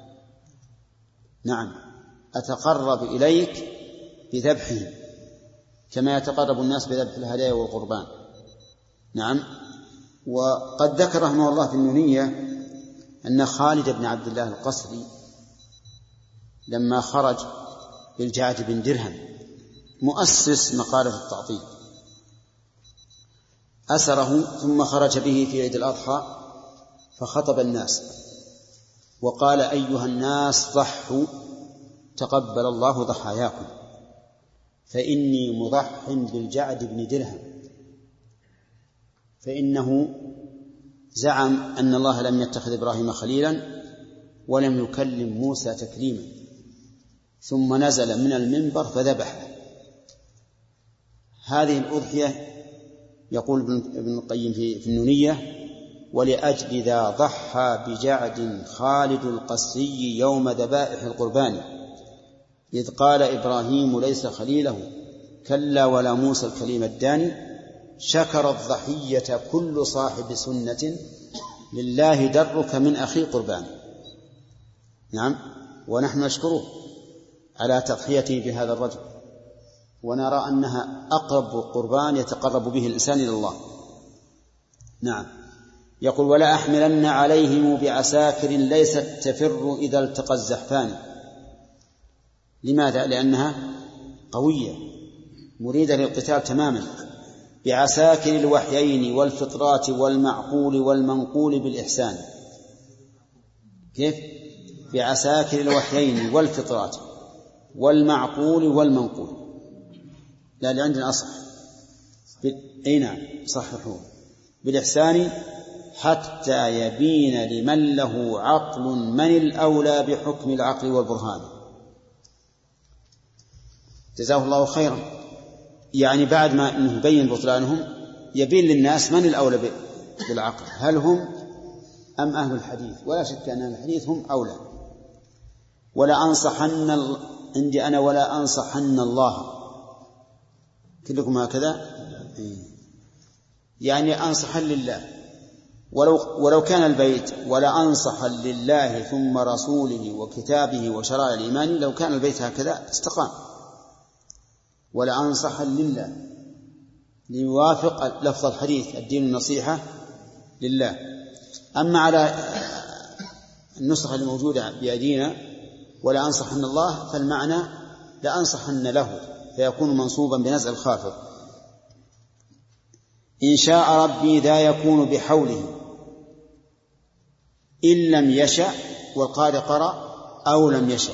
نعم، أتقرب إليك بذبحهم كما يتقرب الناس بذبح الهدايا والقربان. نعم. وقد ذكر رحمه الله في النونية أن خالد بن عبد الله القسري لما خرج بالجعد بن درهم مؤسس مقالة التعطيل أسره، ثم خرج به في عيد الأضحى فخطب الناس وقال: أيها الناس ضحوا تقبل الله ضحاياكم، فإني مضح بالجعد بن درهم. فإنه زعم أن الله لم يتخذ إبراهيم خليلا ولم يكلم موسى تكليما، ثم نزل من المنبر فذبحه. هذه الأضحية يقول ابن القيم في النونية: ولأجل ذا ضحى بجعد خالد القسري يوم ذبائح القربان، إذ قال إبراهيم ليس خليله كلا ولا موسى الكليم الداني، شكر الضحية كل صاحب سنة لله درك من أخي قربان. نعم، ونحن نشكره على تضحيته بهذا الرجل، ونرى أنها أقرب قربان يتقرب به الإنسان إلى الله. نعم. يقول: ولا أحملن عليهم بعساكر ليست تفر إذا التقى الزحفان. لماذا؟ لأنها قوية مريدة للقتال تماما، بعساكر الوحيين والفطرات والمعقول والمنقول بالإحسان. كيف؟ بعساكر الوحيين والفطرات والمعقول والمنقول. لا، اللي عندنا أصح. أي نعم، صححوه. بالإحسان حتى يبين لمن له عقل من الأولى بحكم العقل والبرهان. جزاه الله خيرا. يعني بعد ما يبين بطلانهم يبين للناس من الأولى بالعقل، هل هم أم أهل الحديث؟ ولا شك أن أهل الحديث هم أولى. ولا أنصحن عندي أنا ولا أنصحن الله. كلكم هكذا؟ يعني أنصحن لله، ولو كان البيت ولا أنصحن لله ثم رسوله وكتابه وشرائع الإيمان، لو كان البيت هكذا استقام. ولا أنصحن لله ليوافق لفظ الحديث: الدين النصيحة لله. أما على النسخة الموجودة بأيدينا ولا أنصحن الله، فالمعنى لا أنصحن له، فيكون منصوبا بنزع الخافض. إن شاء ربي ذا يكون بحوله إن لم يشأ، والقارئ قرأ أو لم يشأ.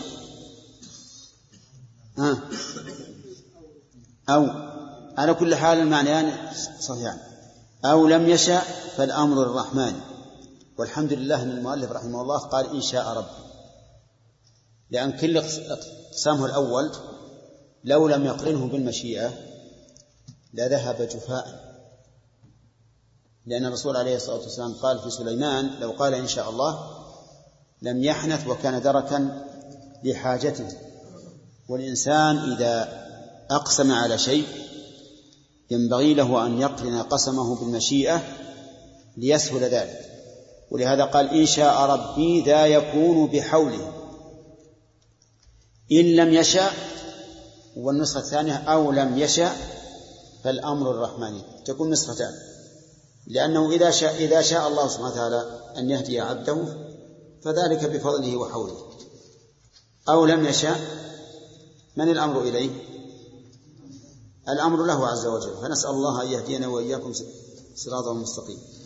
أو على كل حال المعنيان صحيحان. أو لم يشأ فالأمر الرحمن. والحمد لله أن المؤلف رحمه الله قال إن شاء ربي، لأن كل اقسامه الأول لو لم يقرنه بالمشيئة لذهب جفاء، لأن الرسول عليه الصلاة والسلام قال في سليمان لو قال إن شاء الله لم يحنث وكان دركا لحاجته. والإنسان إذا أقسم على شيء ينبغي له أن يقرن قسمه بالمشيئة ليسهل ذلك، ولهذا قال إن شاء ربي ذا يكون بحوله، إن لم يشاء، والنسخة الثانية أو لم يشاء فالأمر الرحمن، تكون نسختان، لأنه إذا شاء الله سبحانه وتعالى أن يهدي عبده فذلك بفضله وحوله، أو لم يشاء من الأمر إليه؟ الأمر له عز وجل، فنسأل الله أن يهدينا وإياكم صراطا مستقيما.